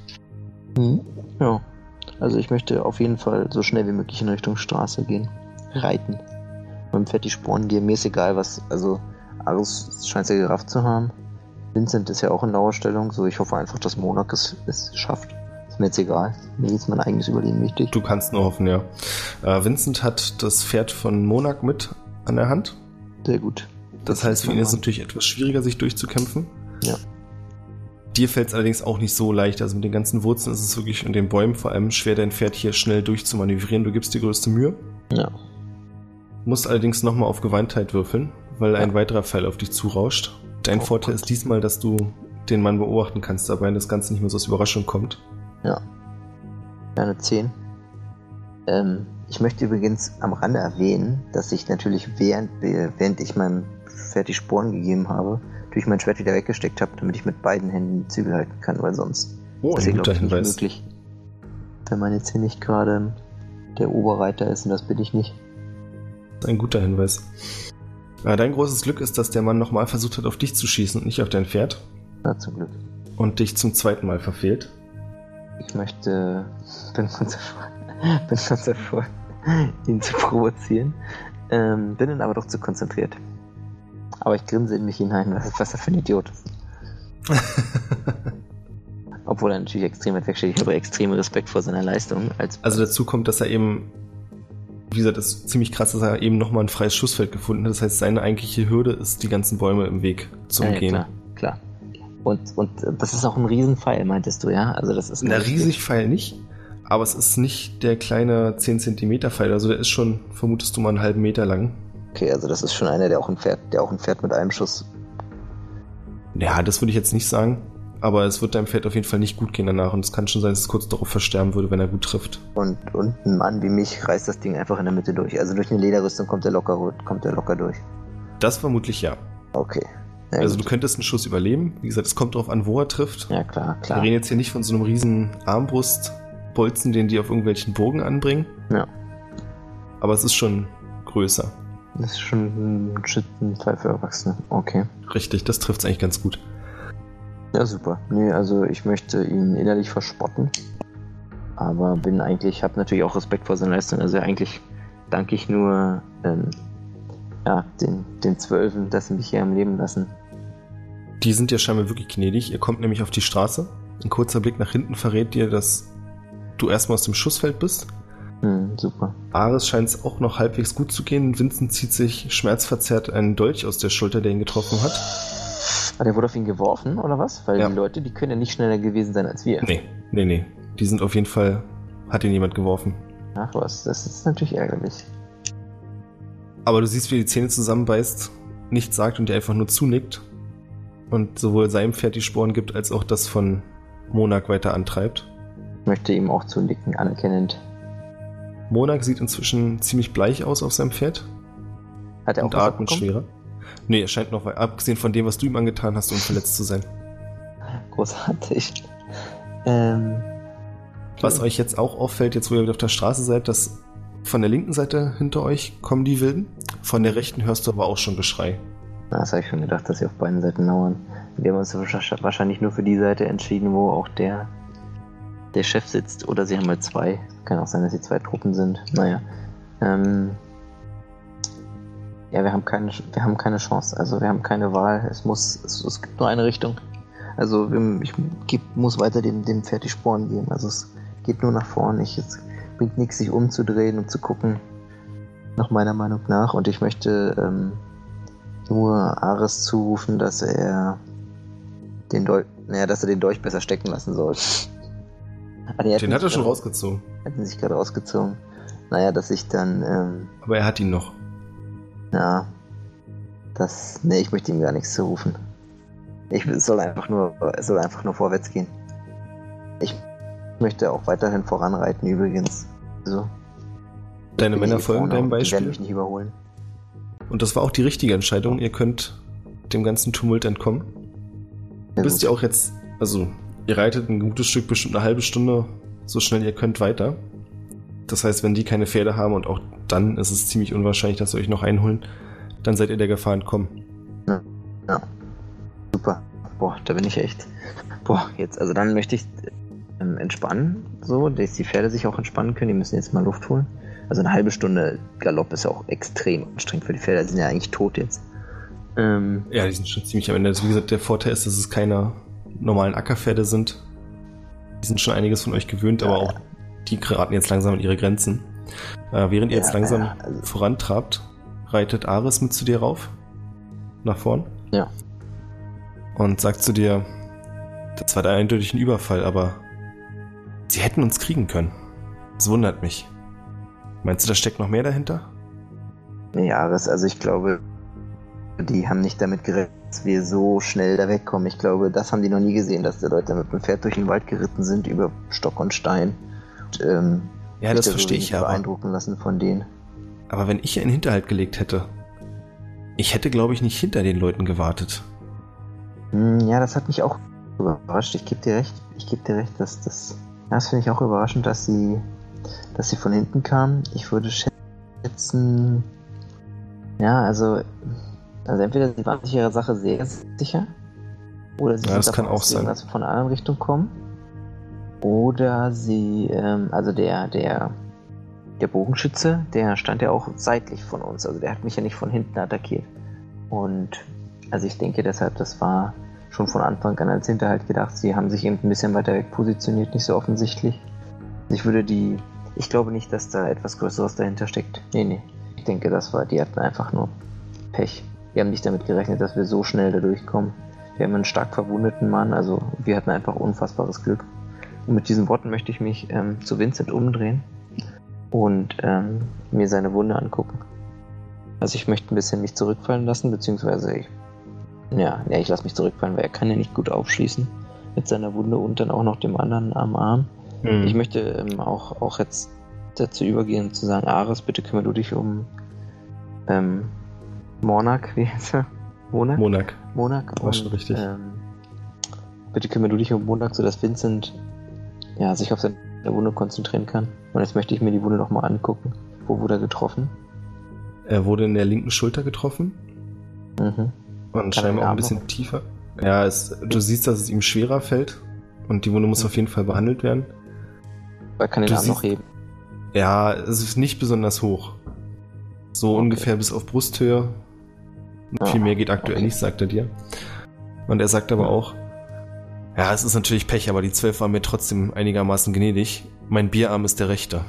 Mhm. Ja. Also ich möchte auf jeden Fall so schnell wie möglich in Richtung Straße gehen. Reiten. Meinem Pferd die Sporen geben. Mir ist egal, was. Also, Arus scheint es ja gerafft zu haben. Vincent ist ja auch in Dauerstellung. So, ich hoffe einfach, dass Monarch es, es schafft. Ist mir jetzt egal. Mir ist mein eigenes Überleben wichtig. Du kannst nur hoffen, ja. Äh, Vincent hat das Pferd von Monarch mit an der Hand. Sehr gut. Das heißt, für ihn ist es natürlich etwas schwieriger, sich durchzukämpfen. Ja. Dir fällt es allerdings auch nicht so leicht. Also mit den ganzen Wurzeln ist es wirklich und den Bäumen vor allem schwer, dein Pferd hier schnell durchzumanövrieren. Du gibst dir größte Mühe. Ja. Musst allerdings nochmal auf Gewandtheit würfeln, weil ein Ja. weiterer Pfeil auf dich zurauscht. Dein Oh Vorteil Gott. ist diesmal, dass du den Mann beobachten kannst, dabei das Ganze nicht mehr so als Überraschung kommt. Ja. Eine zehn. Ähm, ich möchte übrigens am Rande erwähnen, dass ich natürlich während, während ich meinem Pferd die Sporen gegeben habe, durch mein Schwert wieder weggesteckt habe, damit ich mit beiden Händen die Zügel halten kann, weil sonst Oh, ist ein ja, guter glaube ich, nicht Hinweis. möglich. Wenn man jetzt hier nicht gerade der Oberreiter ist, und das bin ich nicht. Ein guter Hinweis. Äh, Dein großes Glück ist, dass der Mann nochmal versucht hat, auf dich zu schießen und nicht auf dein Pferd. Na, zum Glück. Und dich zum zweiten Mal verfehlt. Ich möchte, bin kurz davor, bin kurz davor, ihn zu provozieren, ähm, bin dann aber doch zu konzentriert. Aber ich grinse in mich hinein, was, was er für ein Idiot ist. Obwohl er natürlich extrem weit wegsteht. Ich habe extremen Respekt vor seiner Leistung. Als Also dazu kommt, dass er eben, wie gesagt, das ist ziemlich krass, dass er eben nochmal ein freies Schussfeld gefunden hat. Das heißt, seine eigentliche Hürde ist, die ganzen Bäume im Weg zu ja, ja, umgehen. klar, klar. Und, und das ist auch ein Riesenpfeil, meintest du, ja? Also das ist Na, riesig Pfeil nicht, aber es ist nicht der kleine zehn Zentimeter Pfeil. Also der ist schon, vermutest du mal, einen halben Meter lang. Okay, also das ist schon einer, der auch ein Pferd, der auch ein Pferd mit einem Schuss. Ja, das würde ich jetzt nicht sagen. Aber es wird deinem Pferd auf jeden Fall nicht gut gehen danach. Und es kann schon sein, dass es kurz darauf versterben würde, wenn er gut trifft. Und, und ein Mann wie mich reißt das Ding einfach in der Mitte durch. Also durch eine Lederrüstung kommt er locker, kommt er locker durch. Das vermutlich ja. Okay. Ja, Also gut. du könntest einen Schuss überleben. Wie gesagt, es kommt darauf an, wo er trifft. Ja, klar, Wir klar. reden jetzt hier nicht von so einem riesen Armbrustbolzen, den die auf irgendwelchen Burgen anbringen. Ja. Aber es ist schon größer. Das ist schon ein Schützenpfeil für Erwachsene. Okay. Richtig, das trifft es eigentlich ganz gut. Ja, super. Nee, also ich möchte ihn innerlich verspotten. Aber bin eigentlich, habe natürlich auch Respekt vor seiner Leistung. Also eigentlich danke ich nur ähm, ja, den, den Zwölfen, dass sie mich hier am Leben lassen. Die sind ja scheinbar wirklich gnädig. Ihr kommt nämlich auf die Straße. Ein kurzer Blick nach hinten verrät dir, dass du erstmal aus dem Schussfeld bist. Hm, super. Ares scheint es auch noch halbwegs gut zu gehen. Vincent zieht sich schmerzverzerrt einen Dolch aus der Schulter, der ihn getroffen hat. Ah, der wurde auf ihn geworfen, oder was? Weil Ja. die Leute, die können ja nicht schneller gewesen sein als wir. Nee, nee, nee. Die sind auf jeden Fall, hat ihn jemand geworfen. Ach was, das ist natürlich ärgerlich. Aber du siehst, wie er die Zähne zusammenbeißt, nichts sagt und dir einfach nur zunickt. Und sowohl seinem Pferd die Sporen gibt, als auch das von Monarch weiter antreibt. Ich möchte ihm auch zunicken, anerkennend. Monarch sieht inzwischen ziemlich bleich aus auf seinem Pferd Hat er auch und was atmet abbekommen? schwerer. Nee, er scheint noch, abgesehen von dem, was du ihm angetan hast, unverletzt zu sein. Großartig. Ähm, Was euch jetzt auch auffällt, jetzt wo ihr wieder auf der Straße seid, dass von der linken Seite hinter euch kommen die Wilden. Von der rechten hörst du aber auch schon Geschrei. Na, das habe ich schon gedacht, dass sie auf beiden Seiten lauern. Wir haben uns wahrscheinlich nur für die Seite entschieden, wo auch der, der Chef sitzt. Oder sie haben halt zwei. Kann auch sein, dass sie zwei Truppen sind. Naja. Ähm, ja, wir haben keine, wir haben keine Chance. Also wir haben keine Wahl. Es muss, es, es gibt nur eine Richtung. Also ich geb, muss weiter dem, dem Pferd die Sporen geben. Also es geht nur nach vorne. Ich, es bringt nichts, sich umzudrehen und zu gucken. Nach meiner Meinung nach. Und ich möchte ähm, nur Ares zurufen, dass er den Dolch, naja, dass er den Dolch besser stecken lassen soll. Ah, den den hat er schon rausgezogen. Hat ihn sich gerade rausgezogen. Naja, dass ich dann... Ähm, Aber er hat ihn noch. Ja. Das... Nee, ich möchte ihm gar nichts zurufen. Ich es soll einfach nur, es soll einfach nur vorwärts gehen. Ich möchte auch weiterhin voranreiten übrigens. So. Deine Männer folgen deinem Beispiel. Die werden mich nicht überholen. Und das war auch die richtige Entscheidung. Ihr könnt dem ganzen Tumult entkommen. Ja, wisst ihr auch jetzt, also ihr reitet ein gutes Stück, bestimmt eine halbe Stunde, so schnell ihr könnt weiter. Das heißt, wenn die keine Pferde haben und auch dann ist es ziemlich unwahrscheinlich, dass sie euch noch einholen, dann seid ihr der Gefahr entkommen. Ja. Ja. Super. Boah, da bin ich echt. Boah, jetzt, also dann möchte ich ähm, entspannen, so, dass die Pferde sich auch entspannen können. Die müssen jetzt mal Luft holen. Also eine halbe Stunde Galopp ist ja auch extrem anstrengend für die Pferde. Die sind ja eigentlich tot jetzt. Ähm, ja, die sind schon ziemlich am Ende. Also, wie gesagt, der Vorteil ist, dass es keine normalen Ackerpferde sind. Die sind schon einiges von euch gewöhnt, ja, aber auch die geraten jetzt langsam an ihre Grenzen. Äh, während ihr ja, jetzt langsam ja, also vorantrabt, reitet Ares mit zu dir rauf. Nach vorn. Ja. Und sagt zu dir, das war da eindeutig ein Überfall, aber sie hätten uns kriegen können. Das wundert mich. Meinst du, da steckt noch mehr dahinter? Nee, Ares, also ich glaube, die haben nicht damit gerechnet, dass wir so schnell da wegkommen. Ich glaube, das haben die noch nie gesehen, dass die Leute mit dem Pferd durch den Wald geritten sind, über Stock und Stein. Und, ähm, ja, das verstehe ich ja. Beeindrucken lassen von denen. Aber wenn ich einen Hinterhalt gelegt hätte, ich hätte, glaube ich, nicht hinter den Leuten gewartet. Ja, das hat mich auch überrascht. Ich gebe dir recht. Ich gebe dir recht, dass das. Das finde ich auch überraschend, dass sie, dass sie von hinten kamen. Ich würde schätzen. Ja, also, also entweder sie waren sich ihrer Sache sehr sicher, oder sie ja, sind davon ausgegangen, dass wir von einer anderen Richtung kommen, oder sie, ähm, also der, der, der Bogenschütze, der stand ja auch seitlich von uns. Also der hat mich ja nicht von hinten attackiert. Und also ich denke deshalb, das war schon von Anfang an als Hinterhalt gedacht. Sie haben sich eben ein bisschen weiter weg positioniert, nicht so offensichtlich. Ich würde die... Ich glaube nicht, dass da etwas Größeres dahinter steckt. Nee, nee. Ich denke, das war... Die hatten einfach nur Pech. Wir haben nicht damit gerechnet, dass wir so schnell da durchkommen. Wir haben einen stark verwundeten Mann, also wir hatten einfach unfassbares Glück. Und mit diesen Worten möchte ich mich ähm, zu Vincent umdrehen und ähm, mir seine Wunde angucken. Also ich möchte ein bisschen mich zurückfallen lassen, beziehungsweise ich Ja, ja, ich lasse mich zurückfallen, weil er kann ja nicht gut aufschießen mit seiner Wunde und dann auch noch dem anderen am Arm. Mhm. Ich möchte ähm, auch, auch jetzt dazu übergehen zu sagen, Ares, bitte kümmere du dich um ähm, Monarch, wie heißt er? Monarch? Monarch. Monarch. War schon richtig. Ähm, bitte kümmere du dich um Monarch, sodass Vincent ja, sich auf seine Wunde konzentrieren kann. Und jetzt möchte ich mir die Wunde nochmal angucken. Wo wurde er getroffen? Er wurde in der linken Schulter getroffen. Mhm. Und scheinbar auch ein bisschen noch tiefer. Ja, es, du siehst, dass es ihm schwerer fällt. Und die Wunde muss mhm. auf jeden Fall behandelt werden. Er kann den du Arm siehst, noch heben. Ja, es ist nicht besonders hoch. So okay. ungefähr bis auf Brusthöhe. Und viel mehr geht aktuell okay. nicht, sagt er dir. Und er sagt aber auch, ja, es ist natürlich Pech, aber die zwölf waren mir trotzdem einigermaßen gnädig. Mein Bierarm ist der rechte.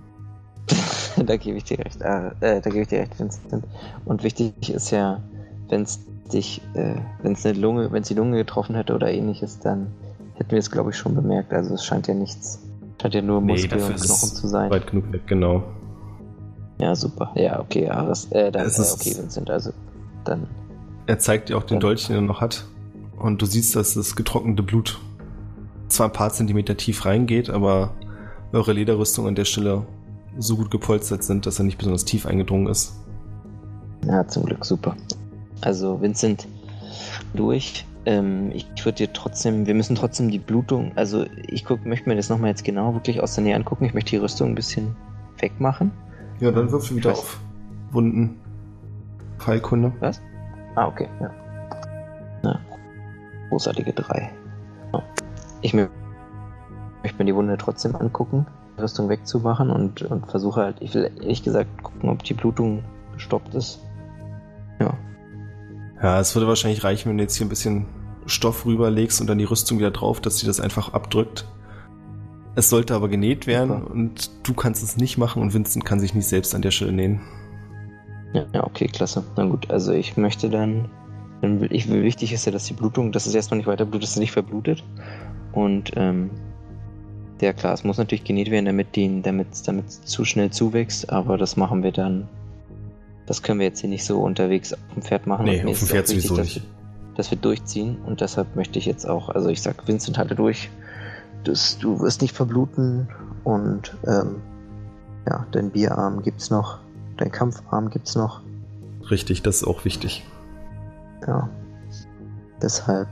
Da gebe ich dir recht. Äh, da gebe ich dir recht, Vincent. Und wichtig ist ja, wenn es dich, äh, wenn es eine Lunge, wenn es die Lunge getroffen hätte oder ähnliches, dann hätten wir es, glaube ich, schon bemerkt. Also es scheint ja nichts, scheint ja nur Muskel nee, und Knochen zu sein. Weit genug weg, genau. Ja, super. Ja, okay, Ares, äh, dann, äh, okay, Vincent, also dann. Er zeigt dir auch den Dolch, den er noch hat. Und du siehst, dass das getrocknete Blut zwar ein paar Zentimeter tief reingeht, aber eure Lederrüstung an der Stelle so gut gepolstert sind, dass er nicht besonders tief eingedrungen ist. Ja, zum Glück, super. Also Vincent, durch. Ähm, ich würde dir trotzdem, wir müssen trotzdem die Blutung, also ich guck, möchte mir das nochmal jetzt genau wirklich aus der Nähe angucken. Ich möchte die Rüstung ein bisschen wegmachen. Ja, dann würfel wieder auf Wunden. Pfeilkunde. Was? Ah, okay, ja. Ja. Großartige drei. Ja. Ich möchte mir die Wunde trotzdem angucken, die Rüstung wegzumachen und, und versuche halt, ich will ehrlich gesagt gucken, ob die Blutung gestoppt ist. Ja. Ja, es würde wahrscheinlich reichen, wenn du jetzt hier ein bisschen Stoff rüberlegst und dann die Rüstung wieder drauf, dass sie das einfach abdrückt. Es sollte aber genäht werden Super. Und du kannst es nicht machen und Vincent kann sich nicht selbst an der Stelle nähen. Ja, ja, okay, klasse. Na gut, also ich möchte dann, dann will ich, wichtig ist ja, dass die Blutung, dass es erstmal nicht weiter blutet, dass es nicht verblutet. Und ähm, Ja klar, es muss natürlich genäht werden, damit die, damit damit es zu schnell zuwächst, aber das machen wir dann. Das können wir jetzt hier nicht so unterwegs auf dem Pferd machen. Nee, auf dem Pferd sowieso dass nicht. Wir, dass wir durchziehen und deshalb möchte ich jetzt auch, also ich sag, Vincent, halte durch. Das, du wirst nicht verbluten und ähm, ja, dein Bierarm gibt's noch, dein Kampfarm gibt's noch. Richtig, das ist auch wichtig. Ja. Deshalb,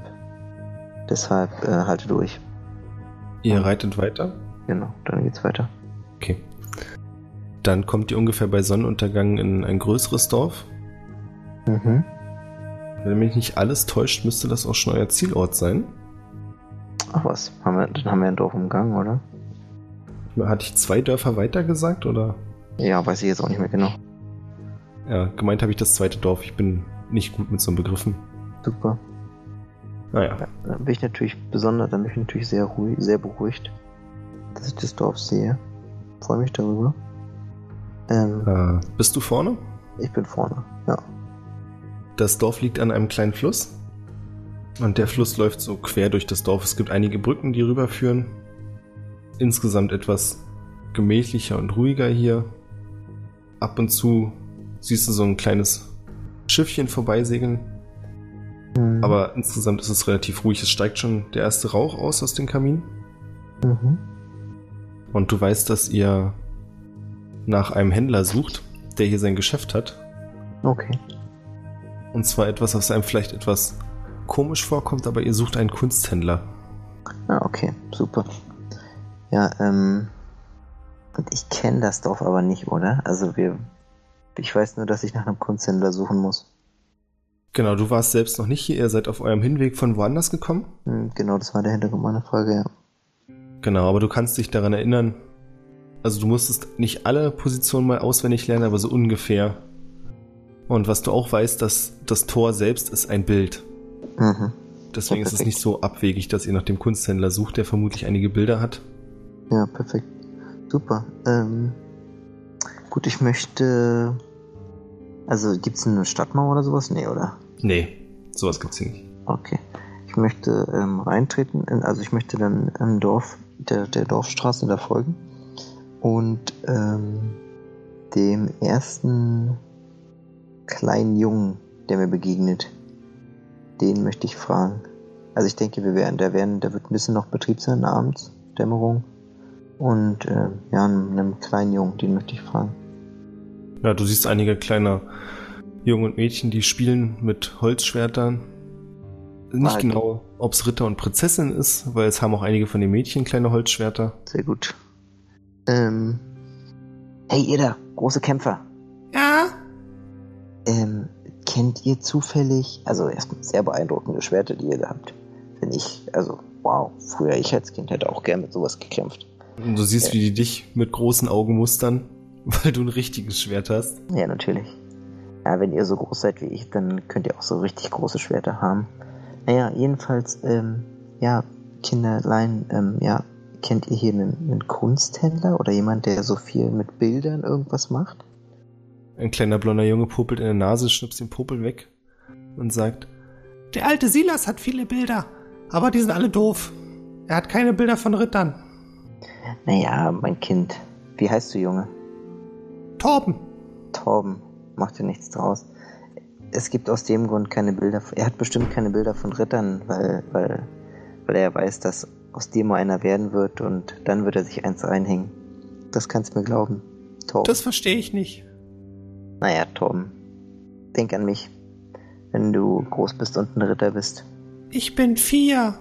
deshalb äh, halte durch. Ihr reitet weiter? Genau, dann geht's weiter. Okay. Dann kommt ihr ungefähr bei Sonnenuntergang in ein größeres Dorf. Mhm. Wenn mich nicht alles täuscht, müsste das auch schon euer Zielort sein. Ach was, haben wir, dann haben wir ein Dorf umgangen, oder? Hatte ich zwei Dörfer weiter gesagt, oder? Ja, weiß ich jetzt auch nicht mehr genau. Ja, gemeint habe ich das zweite Dorf. Ich bin nicht gut mit so Begriffen. Super. Naja. Ja, dann bin ich natürlich besonders, dann bin ich natürlich sehr ruhig, sehr beruhigt, dass ich das Dorf sehe. Freue mich darüber. Ähm, Äh, bist du vorne? Ich bin vorne, ja. Das Dorf liegt an einem kleinen Fluss. Und der Fluss läuft so quer durch das Dorf. Es gibt einige Brücken, die rüberführen. Insgesamt etwas gemächlicher und ruhiger hier. Ab und zu siehst du so ein kleines Schiffchen vorbeisegeln. Mhm. Aber insgesamt ist es relativ ruhig. Es steigt schon der erste Rauch aus aus dem Kamin. Mhm. Und du weißt, dass ihr nach einem Händler sucht, der hier sein Geschäft hat. Okay. Und zwar etwas, was einem vielleicht etwas komisch vorkommt, aber ihr sucht einen Kunsthändler. Ah, okay, super. Ja, ähm... Und ich kenne das Dorf aber nicht, oder? Also wir... Ich weiß nur, dass ich nach einem Kunsthändler suchen muss. Genau, du warst selbst noch nicht hier. Ihr seid auf eurem Hinweg von woanders gekommen. Hm, genau, das war der Hintergrund meiner Frage, ja. Genau, aber du kannst dich daran erinnern. Also du musstest nicht alle Positionen mal auswendig lernen, aber so ungefähr. Und was du auch weißt, dass das Tor selbst ist ein Bild. Mhm. Deswegen Ja, ist es nicht so abwegig, dass ihr nach dem Kunsthändler sucht, der vermutlich einige Bilder hat. Ja, perfekt. Super. Ähm, gut, ich möchte... Also, gibt's eine Stadtmauer oder sowas? Nee, oder? Nee, sowas gibt's hier nicht. Okay. Ich möchte ähm, reintreten, in, also ich möchte dann im Dorf, der, der Dorfstraße da folgen und ähm, dem ersten kleinen Jungen, der mir begegnet, den möchte ich fragen. Also ich denke, wir werden, der werden, der wird ein bisschen noch Betrieb sein, abends, Dämmerung. Und äh, ja, einem, einem kleinen Jungen, den möchte ich fragen. Ja, du siehst einige kleine Jungen und Mädchen, die spielen mit Holzschwertern. Nicht Ah, genau, ob es Ritter und Prinzessin ist, weil es haben auch einige von den Mädchen kleine Holzschwerter. Sehr gut. Ähm, hey, ihr da, große Kämpfer. Ja? Ähm, kennt ihr zufällig, also erstmal sehr beeindruckende Schwerter, die ihr da habt. Wenn ich, also, wow, früher ich als Kind hätte auch gern mit sowas gekämpft. Und du siehst, Ja. wie die dich mit großen Augen mustern, weil du ein richtiges Schwert hast. Ja, natürlich. Ja, wenn ihr so groß seid wie ich, dann könnt ihr auch so richtig große Schwerter haben. Naja, jedenfalls, ähm, ja, Kinderlein, ähm, ja, kennt ihr hier einen, einen Kunsthändler oder jemand, der so viel mit Bildern irgendwas macht? Ein kleiner blonder Junge popelt in der Nase, schnippst den Popel weg und sagt: Der alte Silas hat viele Bilder, aber die sind alle doof. Er hat keine Bilder von Rittern. Naja, mein Kind. Wie heißt du, Junge? Torben. Torben. Macht ja nichts draus. Es gibt aus dem Grund keine Bilder. Er hat bestimmt keine Bilder von Rittern, weil, weil, weil er weiß, dass aus dem mal einer werden wird und dann wird er sich eins einhängen. Das kannst du mir glauben, Torben. Das verstehe ich nicht. Naja, Torben. Denk an mich, wenn du groß bist und ein Ritter bist. Ich bin vier.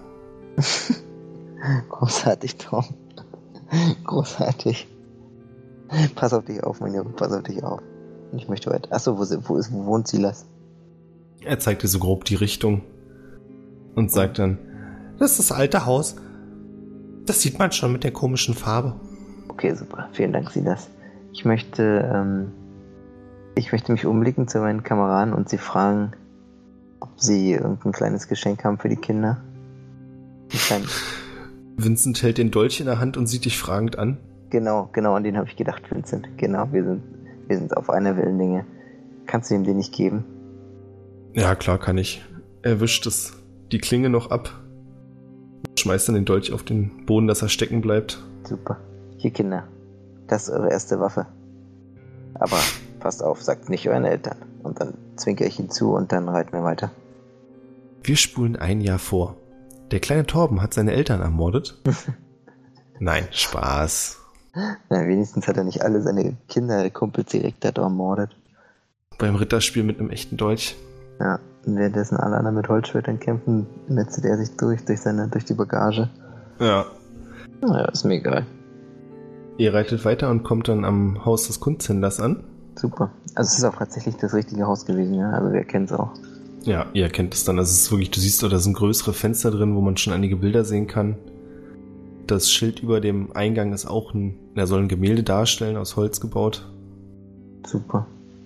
Großartig, Torben. Großartig. Pass auf dich auf, mein Junge, pass auf dich auf. Ich möchte weiter. Achso, wo, wo, ist, wo wohnt Silas? Er zeigt dir so grob die Richtung und sagt dann: Das ist das alte Haus. Das sieht man schon mit der komischen Farbe. Okay, super. Vielen Dank, Silas. Ich möchte, ähm, ich möchte mich umblicken zu meinen Kameraden und sie fragen, ob sie irgendein kleines Geschenk haben für die Kinder. Ein kleines- Vincent hält den Dolch in der Hand und sieht dich fragend an. Genau, genau, an den habe ich gedacht, Vincent. Genau, wir sind, wir sind auf einer Wellenlänge. Kannst du ihm den nicht geben? Ja, klar, kann ich. Er wischt es, die Klinge noch ab, schmeißt dann den Dolch auf den Boden, dass er stecken bleibt. Super. Hier, Kinder. Das ist eure erste Waffe. Aber passt auf, sagt nicht euren Eltern. Und dann zwinkere ich ihn zu und dann reiten wir weiter. Wir spulen ein Jahr vor. Der kleine Torben hat seine Eltern ermordet. Nein, Spaß. Na, wenigstens hat er nicht alle seine Kinder, Kumpels direkt da ermordet. Beim Ritterspiel mit einem echten Dolch. Ja, und währenddessen alle anderen mit Holzschwertern kämpfen, metzelt er sich durch, durch, seine, durch die Bagage. Ja. Naja, ist mir egal. Ihr reitet weiter und kommt dann am Haus des Kunsthändlers an. Super. Also es ist auch tatsächlich das richtige Haus gewesen, ja. Also wer kennt es auch. Ja, ihr erkennt es dann. Also es ist wirklich, du siehst, da sind größere Fenster drin, wo man schon einige Bilder sehen kann. Das Schild über dem Eingang ist auch ein, er soll ein Gemälde darstellen, aus Holz gebaut. Super.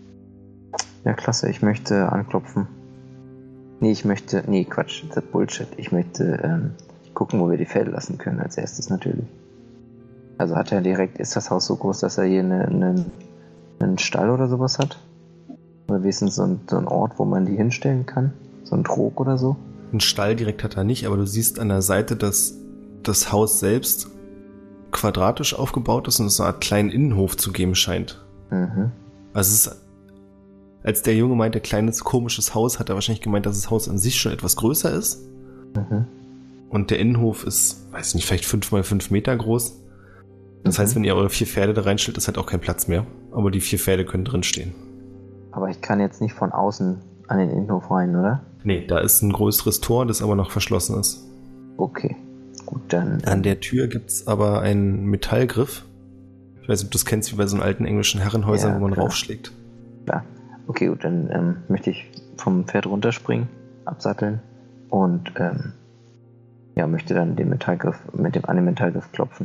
Ja, klasse. Ich möchte anklopfen. Nee, ich möchte, nee, Quatsch, das ist Bullshit. Ich möchte ähm, gucken, wo wir die Pferde lassen können, als erstes natürlich. Also hat er direkt, ist das Haus so groß, dass er hier eine, eine, einen Stall oder sowas hat? Oder wenigstens so ein, so ein Ort, wo man die hinstellen kann? So ein Trog oder so? Einen Stall direkt hat er nicht, aber du siehst an der Seite, dass das Haus selbst quadratisch aufgebaut ist und es so eine Art kleinen Innenhof zu geben scheint. Mhm. Also es ist, als der Junge meinte, kleines komisches Haus, hat er wahrscheinlich gemeint, dass das Haus an sich schon etwas größer ist. Mhm. Und der Innenhof ist, weiß ich nicht, vielleicht fünf mal fünf Meter groß. Das mhm. heißt, wenn ihr eure vier Pferde da reinstellt, ist halt auch kein Platz mehr. Aber die vier Pferde können drin stehen. Aber ich kann jetzt nicht von außen an den Innenhof rein, oder? Nee, da ist ein größeres Tor, das aber noch verschlossen ist. Okay, gut, dann... An der Tür gibt's aber einen Metallgriff. Ich weiß nicht, ob du das kennst, wie bei so einen alten englischen Herrenhäusern, Ja, wo man klar. raufschlägt. Klar. Okay, gut, dann ähm, möchte ich vom Pferd runterspringen, absatteln und ähm, ja, möchte dann den Metallgriff, mit dem an den Metallgriff klopfen.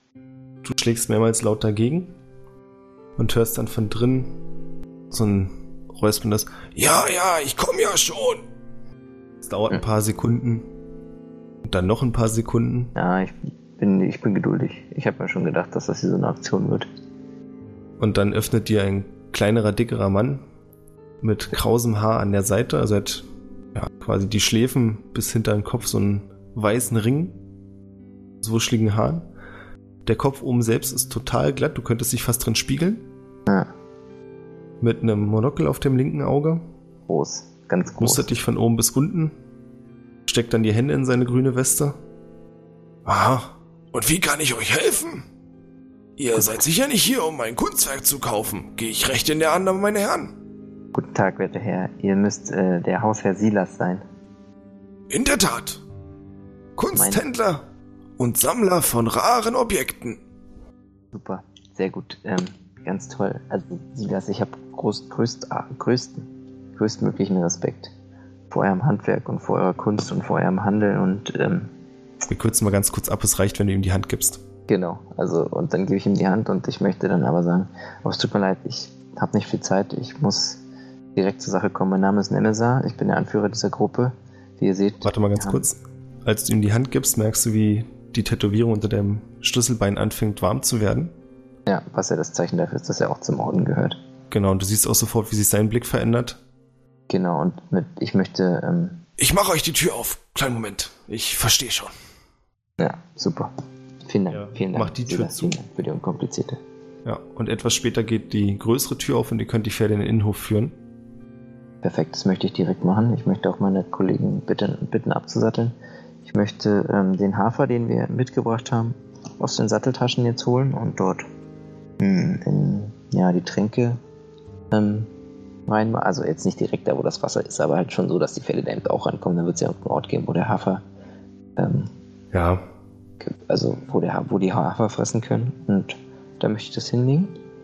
Du schlägst mehrmals laut dagegen und hörst dann von drin so ein räusperndes Ja, ja, ich komme ja schon. Es dauert ein Hm. paar Sekunden und dann noch ein paar Sekunden. Ja, ich bin, ich bin geduldig. Ich habe mir schon gedacht, dass das hier so eine Aktion wird. Und dann öffnet dir ein kleinerer, dickerer Mann mit krausem Haar an der Seite. Also er hat ja, quasi die Schläfen bis hinter den Kopf so einen weißen Ring, so wuscheligen Haaren. Der Kopf oben selbst ist total glatt, du könntest dich fast drin spiegeln. Ja, Mit einem Monokel auf dem linken Auge. groß, ganz groß. Mustert dich von oben bis unten. Steckt dann die Hände in seine grüne Weste. Aha, und wie kann ich euch helfen? Ihr seid sicher nicht hier, um mein Kunstwerk zu kaufen. Gehe ich recht in der Annahme, meine Herren? Guten Tag, werter Herr. Ihr müsst äh, der Hausherr Silas sein. In der Tat. Kunsthändler und Sammler von raren Objekten. Super, sehr gut, ähm, ganz toll. Also Silas, ich habe groß, größt, ah, größten, größtmöglichen Respekt vor eurem Handwerk und vor eurer Kunst und vor eurem Handeln und ähm, Wir kürzen mal ganz kurz ab, es reicht, wenn du ihm die Hand gibst. genau, also und dann gebe ich ihm die Hand und ich möchte dann aber sagen, oh, es tut mir leid, ich habe nicht viel Zeit, ich muss direkt zur Sache kommen. Mein Name ist Nemesar, ich bin der Anführer dieser Gruppe, wie ihr seht. Warte mal ganz ja. kurz. Als du ihm die Hand gibst, merkst du, wie die Tätowierung unter deinem Schlüsselbein anfängt warm zu werden. Ja, was ja das Zeichen dafür ist, dass er auch zum Orden gehört. Genau, und du siehst auch sofort, wie sich sein Blick verändert. Genau, und mit, ich möchte, ähm, Ich mache euch die Tür auf. Kleinen Moment. Ich verstehe schon. ja, super. Vielen Dank, Ja, vielen Dank. mach die Tür Silas, zu. Vielen Dank für die unkomplizierte. Ja, und etwas später geht die größere Tür auf und ihr könnt die Pferde in den Innenhof führen. Perfekt, das möchte ich direkt machen. Ich möchte auch meine Kollegen bitten, bitten abzusatteln. Ich möchte ähm, den Hafer, den wir mitgebracht haben, aus den Satteltaschen jetzt holen und dort mh, in ja, die Tränke ähm, reinmachen. Also jetzt nicht direkt da, wo das Wasser ist, aber halt schon so, dass die Pferde da eben auch rankommen. Dann wird es ja irgendeinen Ort geben, wo der Hafer, ähm, Ja, also wo, der, wo die Hafer fressen können. Und da möchte ich das hinlegen.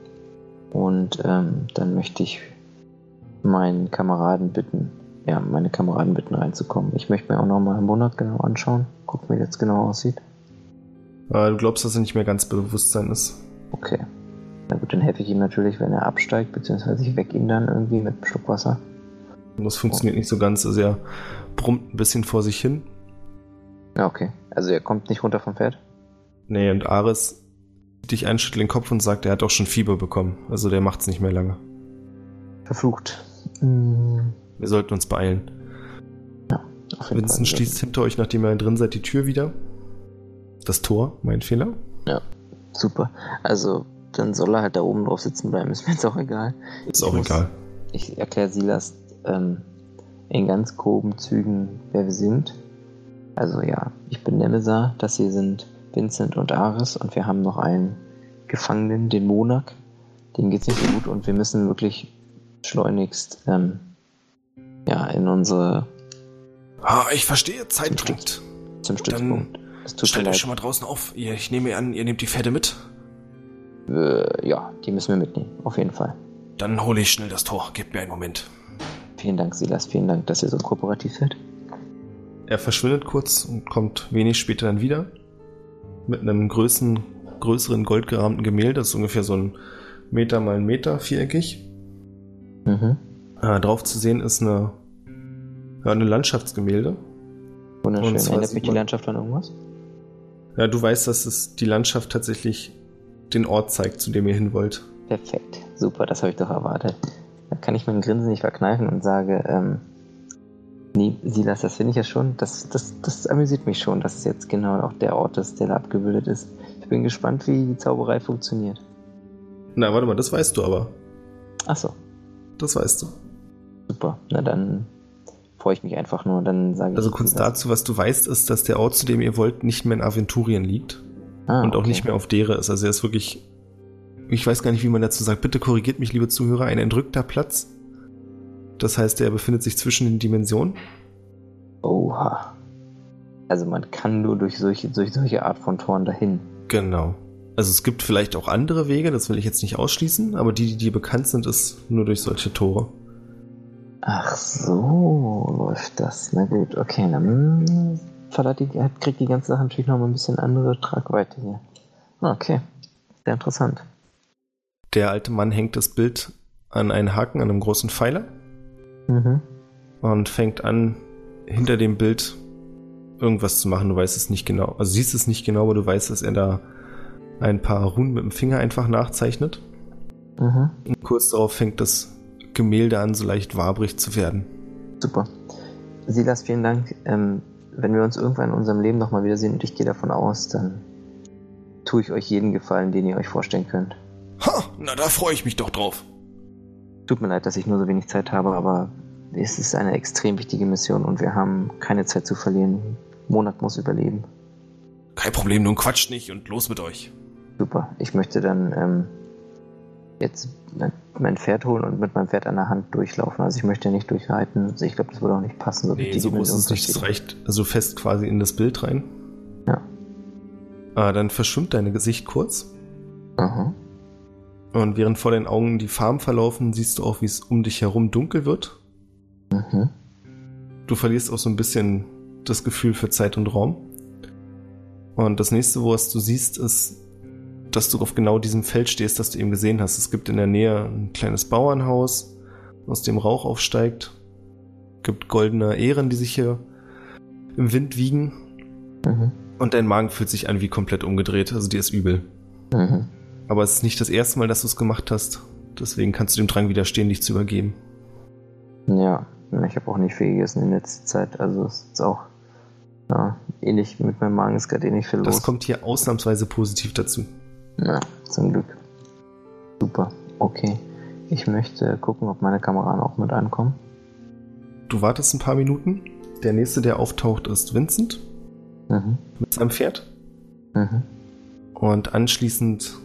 Und ähm, dann möchte ich meinen Kameraden bitten, ja, meine Kameraden bitten reinzukommen. Ich möchte mir auch nochmal einen Monat genau anschauen, gucken, wie das genau aussieht. äh, du glaubst, dass er nicht mehr ganz bei Bewusstsein ist. Okay. Na gut, dann helfe ich ihm natürlich, wenn er absteigt, beziehungsweise ich weck ihn dann irgendwie mit einem Schluck Wasser. Und das funktioniert nicht so ganz. Also er brummt ein bisschen vor sich hin. Ja, okay. Also er kommt nicht runter vom Pferd? Nee, und Ares sieht dich ein, schüttelt den Kopf und sagt, er hat auch schon Fieber bekommen. Also der macht's nicht mehr lange. Verflucht. Mhm. Wir sollten uns beeilen. Auf jeden Vincent Fall. schließt hinter euch, nachdem ihr drin seid, die Tür wieder. Das Tor, mein Fehler. Ja, super. Also, dann soll er halt da oben drauf sitzen bleiben, ist mir jetzt auch egal. Ist auch ich muss, egal. Ich erkläre Silas ähm, in ganz groben Zügen, wer wir sind. Also ja, ich bin Nemesar, das hier sind Vincent und Ares und wir haben noch einen Gefangenen, den Monak. Dem geht's nicht so gut und wir müssen wirklich schleunigst ähm, ja, in unsere... Ah, ich verstehe, Zeit drängt. Zum Stützpunkt. Es tut stellt euch schon mal draußen auf. Ihr, ich nehme an, ihr nehmt die Pferde mit? Äh, ja, die müssen wir mitnehmen, auf jeden Fall. Dann hole ich schnell das Tor. Gebt mir einen Moment. Vielen Dank, Silas. Vielen Dank, dass ihr so kooperativ seid. Er verschwindet kurz und kommt wenig später dann wieder. Mit einem größeren, größeren goldgerahmten Gemälde. Das ist ungefähr so ein Meter mal ein Meter, viereckig. Mhm. Äh, drauf zu sehen ist eine, ja, eine Landschaftsgemälde. Wunderschön. Erinnert mich die Landschaft an irgendwas? Ja, du weißt, dass es die Landschaft tatsächlich den Ort zeigt, zu dem ihr hin wollt. Perfekt. Super, das habe ich doch erwartet. Da kann ich mein Grinsen nicht verkneifen und sage, ähm, nee, Silas, das finde ich ja schon, das, das, das amüsiert mich schon, dass es jetzt genau auch der Ort ist, der da abgebildet ist. Ich bin gespannt, wie die Zauberei funktioniert. Na, warte mal, das weißt du aber. Ach so. Das weißt du. Super, na dann freue ich mich einfach nur, dann sage ich... Also kurz dazu, was du weißt, ist, dass der Ort, zu dem ihr wollt, nicht mehr in Aventurien liegt. Ah, und auch okay. Nicht mehr auf Dere ist. Also er ist wirklich, ich weiß gar nicht, wie man dazu sagt, bitte korrigiert mich, liebe Zuhörer, ein entrückter Platz. Das heißt, er befindet sich zwischen den Dimensionen. Oha. Also man kann nur durch solche, durch solche Art von Toren dahin. Genau. Also es gibt vielleicht auch andere Wege, das will ich jetzt nicht ausschließen, aber die, die dir bekannt sind, ist nur durch solche Tore. Ach so, läuft das. Na gut, okay, dann verleiht die, kriegt die ganze Sache natürlich noch mal ein bisschen andere Tragweite hier. Okay, sehr interessant. Der alte Mann hängt das Bild an einen Haken, an einem großen Pfeiler. Mhm. Und fängt an, hinter dem Bild irgendwas zu machen. Du weißt es nicht genau. Also siehst es nicht genau, aber du weißt, dass er da ein paar Runen mit dem Finger einfach nachzeichnet. Mhm. Und kurz darauf fängt das Gemälde an, so leicht wabrig zu werden. Super. Silas, vielen Dank. Ähm, wenn wir uns irgendwann in unserem Leben nochmal wiedersehen, und ich gehe davon aus, dann tue ich euch jeden Gefallen, den ihr euch vorstellen könnt. Ha, na da freue ich mich doch drauf. Tut mir leid, dass ich nur so wenig Zeit habe, aber es ist eine extrem wichtige Mission und wir haben keine Zeit zu verlieren. Monak muss überleben. Kein Problem, nun quatscht nicht und los mit euch. Super, ich möchte dann ähm, jetzt mein Pferd holen und mit meinem Pferd an der Hand durchlaufen. Also ich möchte nicht durchreiten. Ich glaube, das würde auch nicht passen. So, nee, die so groß ist es nicht. Das reicht also fest quasi in das Bild rein. Ja. Ah, dann verschwimmt dein Gesicht kurz. Aha. Und während vor deinen Augen die Farben verlaufen, siehst du auch, wie es um dich herum dunkel wird. Mhm. Du verlierst auch so ein bisschen das Gefühl für Zeit und Raum. Und das nächste, was du siehst, ist, dass du auf genau diesem Feld stehst, das du eben gesehen hast. Es gibt in der Nähe ein kleines Bauernhaus, aus dem Rauch aufsteigt. Es gibt goldene Ähren, die sich hier im Wind wiegen. Mhm. Und dein Magen fühlt sich an wie komplett umgedreht. Also dir ist übel. Mhm. Aber es ist nicht das erste Mal, dass du es gemacht hast. Deswegen kannst du dem Drang widerstehen, dich zu übergeben. Ja, ich habe auch nicht viel gegessen in letzter Zeit. Also es ist auch ja, ähnlich mit meinem Magen, ist gerade ähnlich viel los. Das kommt hier ausnahmsweise positiv dazu. Ja, zum Glück. Super, okay. Ich möchte gucken, ob meine Kameraden auch mit ankommen. Du wartest ein paar Minuten. Der nächste, der auftaucht, ist Vincent. Mhm. Mit seinem Pferd. Mhm. Und anschließend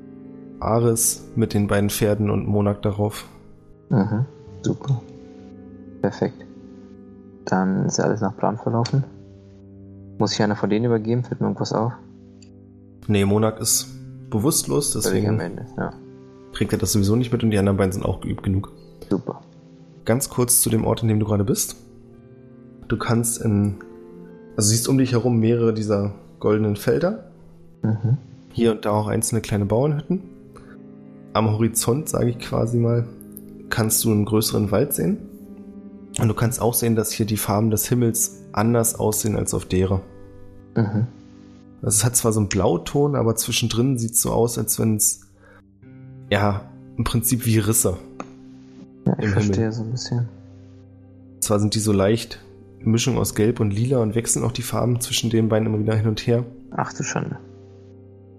Ares mit den beiden Pferden und Monak darauf. Mhm. Super. Perfekt. Dann ist ja alles nach Plan verlaufen. Muss ich einer von denen übergeben? Fällt mir irgendwas auf? Nee, Monak ist bewusstlos, deswegen am Ende, ja. kriegt er das sowieso nicht mit und die anderen beiden sind auch geübt genug. Super. Ganz kurz zu dem Ort, in dem du gerade bist. Du kannst in... Also siehst um dich herum mehrere dieser goldenen Felder. Mhm. Hier und da auch einzelne kleine Bauernhütten. Am Horizont, sage ich quasi mal, kannst du einen größeren Wald sehen. Und du kannst auch sehen, dass hier die Farben des Himmels anders aussehen als auf Dere. Mhm. Also es hat zwar so einen Blauton, aber zwischendrin sieht es so aus, als wenn es ja im Prinzip wie Risse ja, ich im verstehe Himmel. So ein bisschen. Zwar sind die so leicht Mischung aus Gelb und Lila und wechseln auch die Farben zwischen den beiden immer wieder hin und her. Ach du Schande.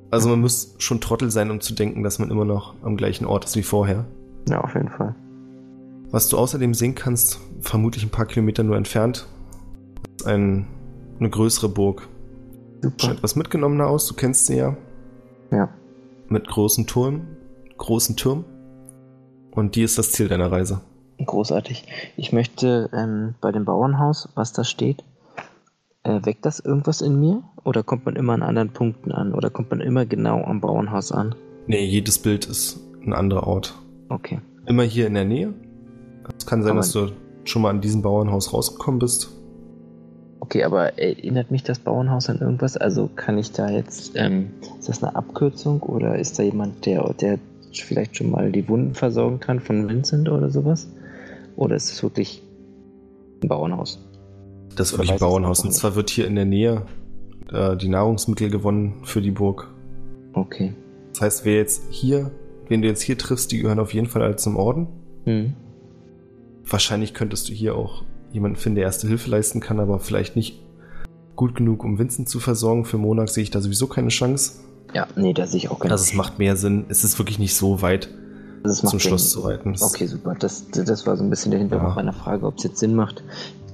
Also man muss schon Trottel sein, um zu denken, dass man immer noch am gleichen Ort ist wie vorher. Ja, auf jeden Fall. Was du außerdem sehen kannst, vermutlich ein paar Kilometer nur entfernt, ist ein, eine größere Burg. Super. Schaut etwas mitgenommener aus, du kennst sie ja. Ja. Mit großen Turmen, großen Türmen. Und die ist das Ziel deiner Reise. Großartig. Ich möchte ähm, bei dem Bauernhaus, was da steht, äh, weckt das irgendwas in mir? Oder kommt man immer an anderen Punkten an? Oder kommt man immer genau am Bauernhaus an? Nee, jedes Bild ist ein anderer Ort. Okay. Immer hier in der Nähe. Es kann sein, Aber dass du schon mal an diesem Bauernhaus rausgekommen bist. Okay, aber erinnert mich das Bauernhaus an irgendwas? Also kann ich da jetzt, ähm, ist das eine Abkürzung oder ist da jemand, der, der vielleicht schon mal die Wunden versorgen kann von Vincent oder sowas? Oder ist es wirklich ein Bauernhaus? Das ist Oder wirklich ein weiß es Bauernhaus. einfach Und nicht? zwar wird hier in der Nähe äh, die Nahrungsmittel gewonnen für die Burg. Okay. Das heißt, wer jetzt hier, wen du jetzt hier triffst, die gehören auf jeden Fall alle zum Orden. Hm. Wahrscheinlich könntest du hier auch jemanden finden, der erste Hilfe leisten kann, aber vielleicht nicht gut genug, um Vincent zu versorgen. Für Monarch sehe ich da sowieso keine Chance. Ja, nee, da sehe ich auch keine Also es macht mehr Sinn. Es ist wirklich nicht so weit, Also es macht zum Sinn. Schloss zu reiten. Das- Okay, super. Das, das war so ein bisschen der Hintergrund Ja. meiner Frage, ob es jetzt Sinn macht.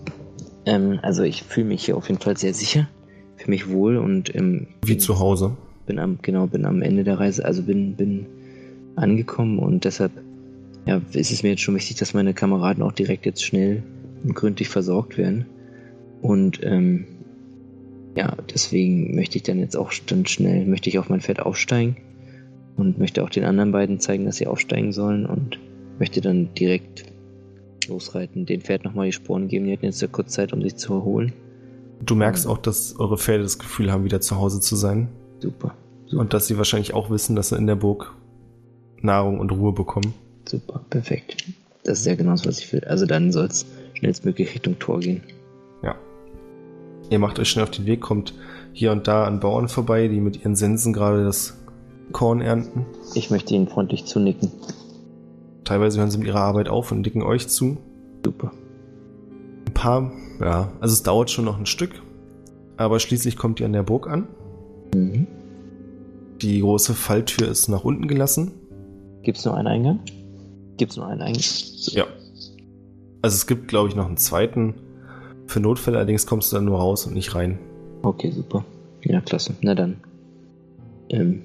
Ähm, also ich fühle mich hier auf jeden Fall sehr sicher, fühle mich wohl und ähm, Wie bin, zu Hause. bin am genau bin am Ende der Reise, also bin bin angekommen und deshalb ja, ist es mir jetzt schon wichtig, dass meine Kameraden auch direkt jetzt schnell und gründlich versorgt werden und ähm, ja, deswegen möchte ich dann jetzt auch dann schnell möchte ich auf mein Pferd aufsteigen und möchte auch den anderen beiden zeigen, dass sie aufsteigen sollen und möchte dann direkt losreiten, dem Pferd nochmal die Sporen geben. Die hatten jetzt ja kurz Zeit, um sich zu erholen. Du merkst auch, dass eure Pferde das Gefühl haben, wieder zu Hause zu sein. Super, super, Und dass sie wahrscheinlich auch wissen, dass sie in der Burg Nahrung und Ruhe bekommen. super, perfekt. Das ist ja genau das, was ich will. Also dann soll es schnellstmöglich Richtung Tor gehen. Ja. Ihr macht euch schnell auf den Weg, kommt hier und da an Bauern vorbei, die mit ihren Sensen gerade das Korn ernten. Ich möchte ihnen freundlich zunicken. Teilweise hören sie mit ihrer Arbeit auf und nicken euch zu. Super. Ein paar, ja, also es dauert schon noch ein Stück, aber schließlich kommt ihr an der Burg an. Mhm. Die große Falltür ist nach unten gelassen. Gibt es nur einen Eingang? Gibt es nur einen Eingang? Ja. Also es gibt, glaube ich, noch einen zweiten. Für Notfälle allerdings kommst du dann nur raus und nicht rein. Okay, super. Ja, klasse. Na dann. Ähm,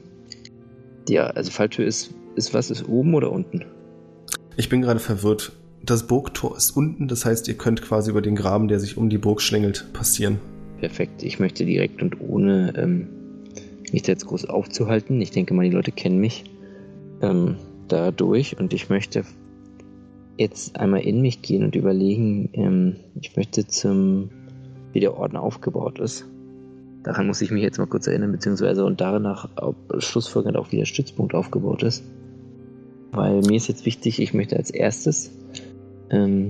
ja, also Falltür ist, ist was? Ist oben oder unten? Ich bin gerade verwirrt. Das Burgtor ist unten, das heißt, ihr könnt quasi über den Graben, der sich um die Burg schlängelt, passieren. Perfekt. Ich möchte direkt und ohne ähm, mich da jetzt groß aufzuhalten. Ich denke mal, die Leute kennen mich ähm, da durch und ich möchte jetzt einmal in mich gehen und überlegen, ähm, ich möchte zum, wie der Orden aufgebaut ist. Daran muss ich mich jetzt mal kurz erinnern, beziehungsweise und danach schlussfolgernd auch wie der Stützpunkt aufgebaut ist. Weil mir ist jetzt wichtig, ich möchte als erstes ähm,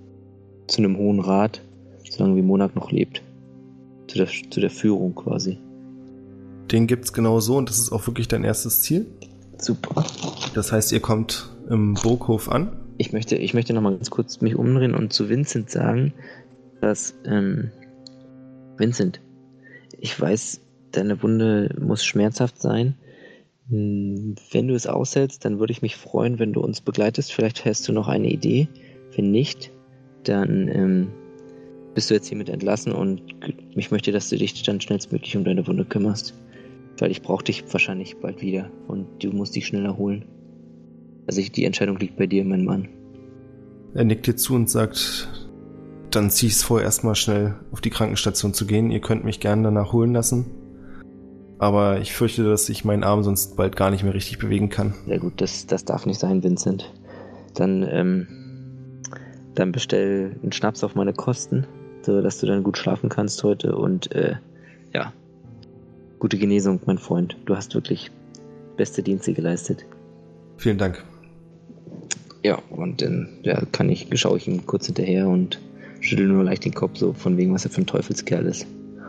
zu einem Hohen Rat, solange wie Monarch noch lebt. Zu der, zu der Führung quasi. Den gibt's genau so und das ist auch wirklich dein erstes Ziel. Super. Das heißt, ihr kommt im Burghof an. Ich möchte, ich möchte nochmal ganz kurz mich umdrehen und zu Vincent sagen, dass, ähm, Vincent, ich weiß, deine Wunde muss schmerzhaft sein. Wenn du es aushältst, dann würde ich mich freuen, wenn du uns begleitest. Vielleicht hast du noch eine Idee. Wenn nicht, dann ähm, bist du jetzt hiermit entlassen und ich möchte, dass du dich dann schnellstmöglich um deine Wunde kümmerst. Weil ich brauche dich wahrscheinlich bald wieder und du musst dich schnell erholen. Also ich, die Entscheidung liegt bei dir, mein Mann. Er nickt dir zu und sagt, dann zieh ich's vor, erstmal schnell auf die Krankenstation zu gehen. Ihr könnt mich gerne danach holen lassen. Aber ich fürchte, dass ich meinen Arm sonst bald gar nicht mehr richtig bewegen kann. Sehr gut, das, das darf nicht sein, Vincent. Dann, ähm, dann bestell einen Schnaps auf meine Kosten, so dass du dann gut schlafen kannst heute und, äh, ja, gute Genesung, mein Freund. Du hast wirklich beste Dienste geleistet. Vielen Dank. Ja, und dann ja, kann ich, schaue ich ihm kurz hinterher und schüttel nur leicht den Kopf, so von wegen, was er für ein Teufelskerl ist.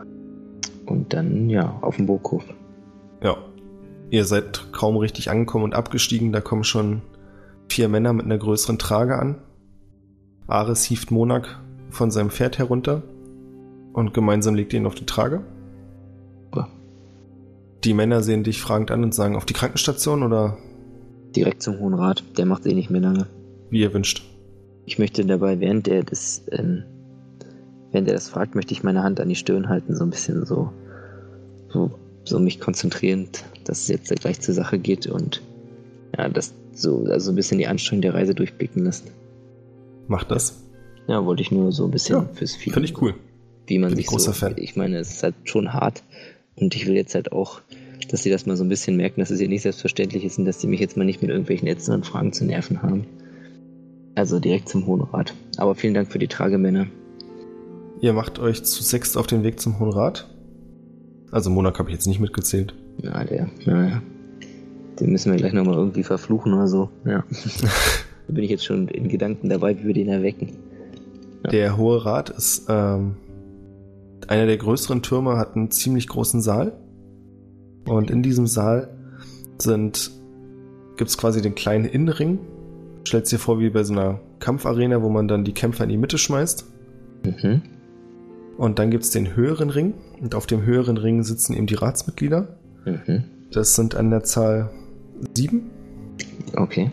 Und dann, ja, auf dem Burghof. Ja. Ihr seid kaum richtig angekommen und abgestiegen. Da kommen schon vier Männer mit einer größeren Trage an. Ares hieft Monarch von seinem Pferd herunter und gemeinsam legt ihr ihn auf die Trage. Ja. Die Männer sehen dich fragend an und sagen, auf die Krankenstation oder? Direkt zum Hohen Rat. Der macht eh nicht mehr lange. Wie ihr wünscht. Ich möchte dabei, während er das, ähm, während er das fragt, möchte ich meine Hand an die Stirn halten, so ein bisschen so, so, so mich konzentrierend, dass es jetzt gleich zur Sache geht und ja, das so, also ein bisschen die Anstrengung der Reise durchblicken lässt. Macht das? Ja, wollte ich nur so ein bisschen Ja, fürs Feeling. Finde ich cool. Wie man Bin sich ich großer so, Fan. Ich meine, es ist halt schon hart und ich will jetzt halt auch, dass sie das mal so ein bisschen merken, dass es ihr nicht selbstverständlich ist und dass sie mich jetzt mal nicht mit irgendwelchen ätzenden Fragen zu nerven haben. Also direkt zum Hohen Rat. Aber vielen Dank für die Tragemänner. Ihr macht euch zu sechst auf den Weg zum Hohen Rat. Also Monak habe ich jetzt nicht mitgezählt. Na, der, naja. Den müssen wir gleich nochmal irgendwie verfluchen oder so. Ja. Da bin ich jetzt schon in Gedanken dabei, wie wir den erwecken. Ja. Der Hohe Rat ist ähm, einer der größeren Türme, hat einen ziemlich großen Saal. Und in diesem Saal sind gibt's quasi den kleinen Innenring. Stellt dir vor wie bei so einer Kampfarena, wo man dann die Kämpfer in die Mitte schmeißt. Mhm. Und dann gibt's den höheren Ring. Und auf dem höheren Ring sitzen eben die Ratsmitglieder. Mhm. Das sind an der Zahl sieben. Okay.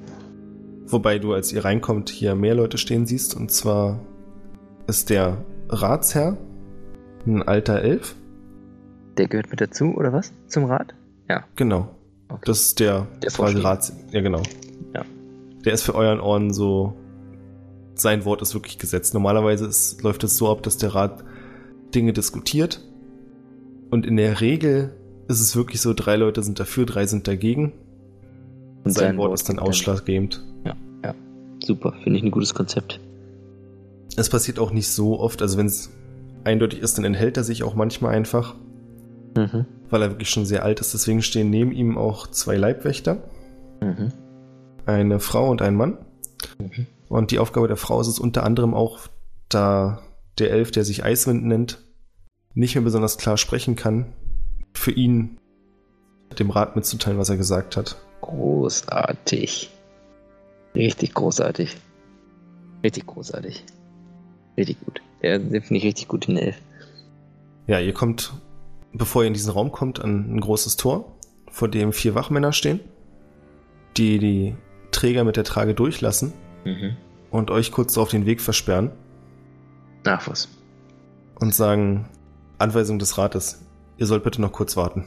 Wobei du, als ihr reinkommt, hier mehr Leute stehen siehst. Und zwar ist der Ratsherr ein alter Elf. Der gehört mit dazu, oder was? Zum Rat? Ja. Genau. Okay. Das ist der, Der quasi Vorsteher. Rats... Ja, genau. Ja. Der ist für euren Ohren so... Sein Wort ist wirklich Gesetz. Normalerweise ist, läuft es so ab, dass der Rat Dinge diskutiert. Und in der Regel ist es wirklich so, drei Leute sind dafür, drei sind dagegen. Und sein, sein Wort, Wort ist dann ausschlaggebend. Ja, ja. Super. Finde ich ein gutes Konzept. Es passiert auch nicht so oft. Also wenn es eindeutig ist, dann enthält er sich auch manchmal einfach. Mhm. Weil er wirklich schon sehr alt ist. Deswegen stehen neben ihm auch zwei Leibwächter. Mhm. Eine Frau und ein Mann. Mhm. Und die Aufgabe der Frau ist es unter anderem auch, da der Elf, der sich Eiswind nennt, nicht mehr besonders klar sprechen kann, für ihn dem Rat mitzuteilen, was er gesagt hat. Großartig. Richtig großartig. Richtig großartig. Richtig gut. Ja, den finde ich richtig gut, den Elf. Ja, ihr kommt, bevor ihr in diesen Raum kommt, an ein großes Tor, vor dem vier Wachmänner stehen, die die Träger mit der Trage durchlassen. Mhm. Und euch kurz auf den Weg versperren. Ach was. Und sagen, Anweisung des Rates, ihr sollt bitte noch kurz warten.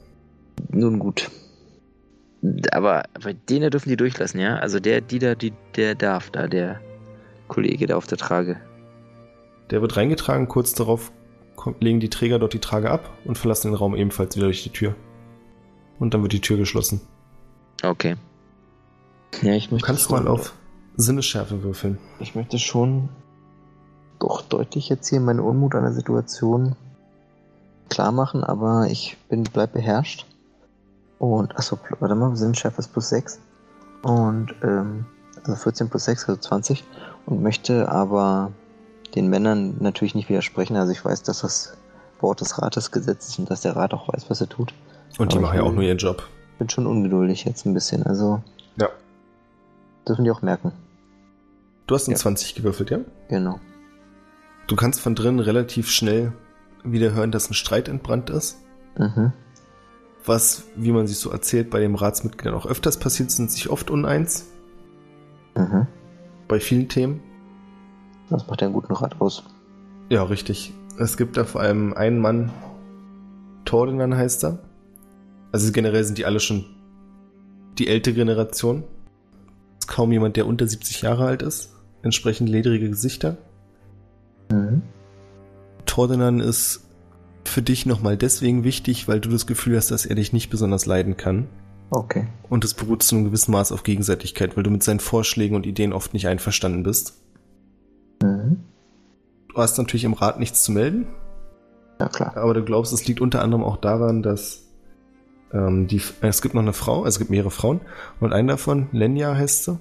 Nun gut. Aber, aber den da dürfen die durchlassen, ja? Also der, die da, die, der darf da, der Kollege da auf der Trage. Der wird reingetragen, kurz darauf kommt, legen die Träger dort die Trage ab und verlassen den Raum ebenfalls wieder durch die Tür. Und dann wird die Tür geschlossen. Okay. Ja, ich du kannst mal auf Sinnesschärfe würfeln. Ich möchte schon doch deutlich jetzt hier meinen Unmut an der Situation klar machen, aber ich bin bleib beherrscht. Und, achso, warte mal, Sinnesschärfe ist plus sechs. Und, ähm, also vierzehn plus sechs, also zwanzig. Und möchte aber den Männern natürlich nicht widersprechen. Also ich weiß, dass das Wort des Rates Gesetz ist und dass der Rat auch weiß, was er tut. Und die aber machen ja auch nur ihren Job. Ich bin schon ungeduldig jetzt ein bisschen, also. Ja. Dürfen die auch merken. Du hast eine ja. zwanzig gewürfelt, ja? Genau. Du kannst von drinnen relativ schnell wieder hören, dass ein Streit entbrannt ist. Mhm. Was, wie man sich so erzählt, bei den Ratsmitgliedern auch öfters passiert, sind sich oft uneins. Mhm. Bei vielen Themen. Das macht ja einen guten Rat aus. Ja, richtig. Es gibt da vor allem einen Mann, Tordenan heißt er. Also generell sind die alle schon die ältere Generation. Es ist kaum jemand, der unter siebzig Jahre alt ist. Entsprechend ledrige Gesichter. Mhm. Tordenan ist für dich nochmal deswegen wichtig, weil du das Gefühl hast, dass er dich nicht besonders leiden kann. Okay. Und es beruht zu einem gewissen Maß auf Gegenseitigkeit, weil du mit seinen Vorschlägen und Ideen oft nicht einverstanden bist. Mhm. Du hast natürlich im Rat nichts zu melden. Ja, klar. Aber du glaubst, es liegt unter anderem auch daran, dass ähm, die, es gibt noch eine Frau, also es gibt mehrere Frauen, und eine davon, Lenya heißt sie,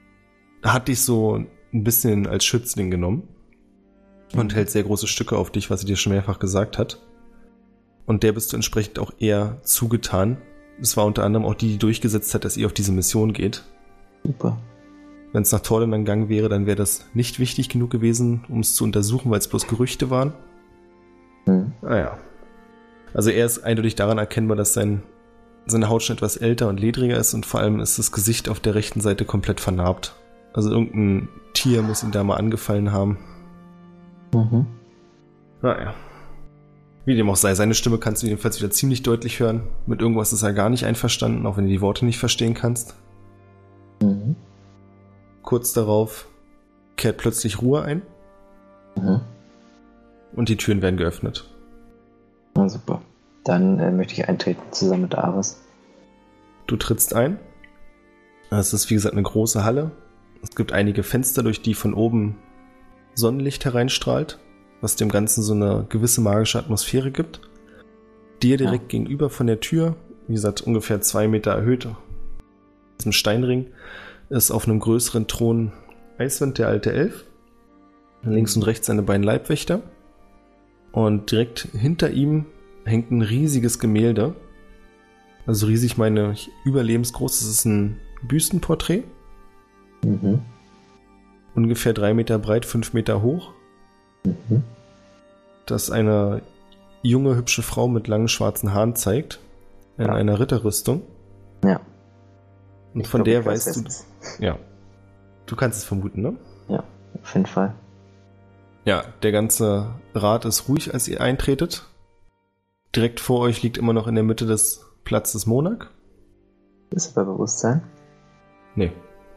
hat dich so ein bisschen als Schützling genommen und hält sehr große Stücke auf dich, was sie dir schon mehrfach gesagt hat. Und der bist du entsprechend auch eher zugetan. Es war unter anderem auch die, die durchgesetzt hat, dass ihr auf diese Mission geht. Super. Wenn es nach Tordenan gegangen wäre, dann wäre das nicht wichtig genug gewesen, um es zu untersuchen, weil es bloß Gerüchte waren. Mhm. Naja. Also er ist eindeutig daran erkennbar, dass sein, seine Haut schon etwas älter und ledriger ist und vor allem ist das Gesicht auf der rechten Seite komplett vernarbt. Also irgendein Tier muss ihn da mal angefallen haben. Mhm. Naja. Wie dem auch sei, seine Stimme kannst du jedenfalls wieder ziemlich deutlich hören. Mit irgendwas ist er gar nicht einverstanden, auch wenn du die Worte nicht verstehen kannst. Mhm. Kurz darauf kehrt plötzlich Ruhe ein. Mhm. Und die Türen werden geöffnet. Na super. Dann äh, möchte ich eintreten zusammen mit Ares. Du trittst ein. Es ist wie gesagt eine große Halle. Es gibt einige Fenster, durch die von oben Sonnenlicht hereinstrahlt, was dem Ganzen so eine gewisse magische Atmosphäre gibt. Dir direkt ja. gegenüber von der Tür, wie gesagt ungefähr zwei Meter erhöht, diesem Steinring, ist auf einem größeren Thron Eiswind, der alte Elf. Links und rechts seine beiden Leibwächter. Und direkt hinter ihm hängt ein riesiges Gemälde. Also riesig meine ich überlebensgroß. Es ist ein Büstenporträt. Mhm. Ungefähr drei Meter breit, fünf Meter hoch. Mhm. Das eine junge, hübsche Frau mit langen schwarzen Haaren zeigt. In ja. einer Ritterrüstung. Ja. Und ich von glaub, der weißt du... Ja. Du kannst es vermuten, ne? Ja, auf jeden Fall. Ja, der ganze Rat ist ruhig, als ihr eintretet. Direkt vor euch liegt immer noch in der Mitte des Platzes Monarch. Ist er bei Bewusstsein? Nee.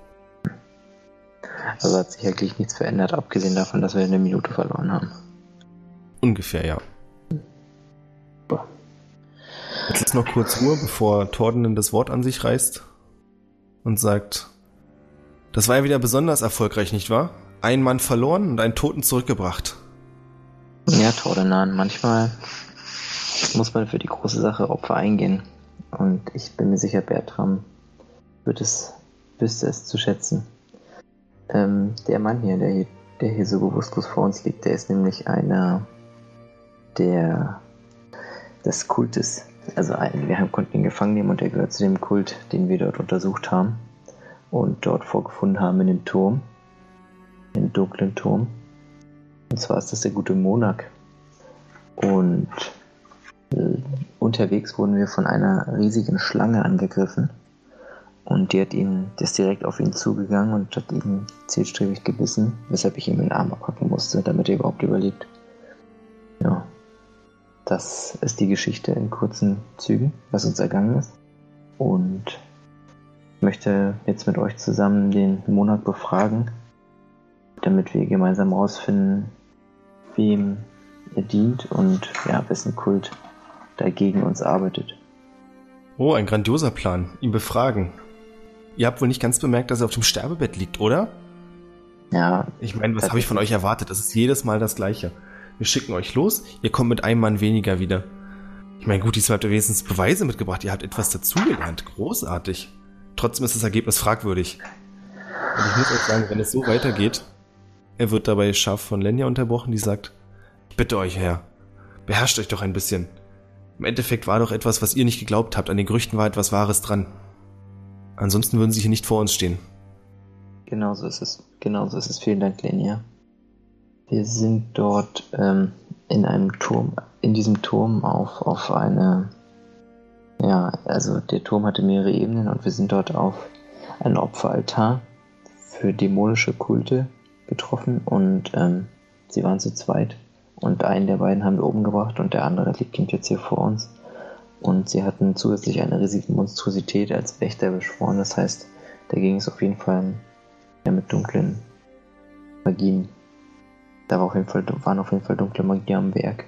Also hat sich eigentlich nichts verändert, abgesehen davon, dass wir eine Minute verloren haben. Ungefähr, ja. Boah. Jetzt ist noch kurz Ruhe, bevor Tordenen das Wort an sich reißt und sagt, das war ja wieder besonders erfolgreich, nicht wahr? Ein Mann verloren und einen Toten zurückgebracht. Ja, Tordenan, manchmal muss man für die große Sache Opfer eingehen. Und ich bin mir sicher, Bertram wird es, wüsste es zu schätzen. Ähm, der Mann hier, der hier, der hier so bewusstlos vor uns liegt, der ist nämlich einer der des Kultes. Also ein, wir haben, konnten ihn gefangen nehmen und er gehört zu dem Kult, den wir dort untersucht haben und dort vorgefunden haben in dem Turm, im dunklen Turm. Und zwar ist das der gute Monarch. Und äh, unterwegs wurden wir von einer riesigen Schlange angegriffen. Und die hat ihn, der ist direkt auf ihn zugegangen und hat ihn zielstrebig gebissen, weshalb ich ihm den Arm abhacken musste, damit er überhaupt überlebt. Ja. Das ist die Geschichte in kurzen Zügen, was uns ergangen ist. Und ich möchte jetzt mit euch zusammen den Monarch befragen, damit wir gemeinsam herausfinden, wem er dient und ja, wessen Kult dagegen uns arbeitet. Oh, ein grandioser Plan. Ihn befragen. Ihr habt wohl nicht ganz bemerkt, dass er auf dem Sterbebett liegt, oder? Ja. Ich meine, was habe ich von euch erwartet? Das ist jedes Mal das Gleiche. Wir schicken euch los, ihr kommt mit einem Mann weniger wieder. Ich meine, gut, diesmal habt ihr wenigstens Beweise mitgebracht. Ihr habt etwas dazugelernt. Großartig. Trotzdem ist das Ergebnis fragwürdig. Und ich muss euch sagen, wenn es so weitergeht, er wird dabei scharf von Lenja unterbrochen, die sagt, ich bitte euch, Herr, beherrscht euch doch ein bisschen. Im Endeffekt war doch etwas, was ihr nicht geglaubt habt. An den Gerüchten war etwas Wahres dran. Ansonsten würden sie hier nicht vor uns stehen. Genauso ist es. Genauso ist es. Vielen Dank, Lenja. Wir sind dort ähm, in einem Turm, in diesem Turm auf, auf eine, ja, also der Turm hatte mehrere Ebenen und wir sind dort auf einen Opferaltar für dämonische Kulte getroffen und ähm, sie waren zu zweit und einen der beiden haben wir oben gebracht und der andere liegt jetzt hier vor uns und sie hatten zusätzlich eine riesige Monstrosität als Wächter beschworen, das heißt, da ging es auf jeden Fall ja, mit dunklen Magien. Da war auf jeden Fall, waren auf jeden Fall dunkle Magie am Werk.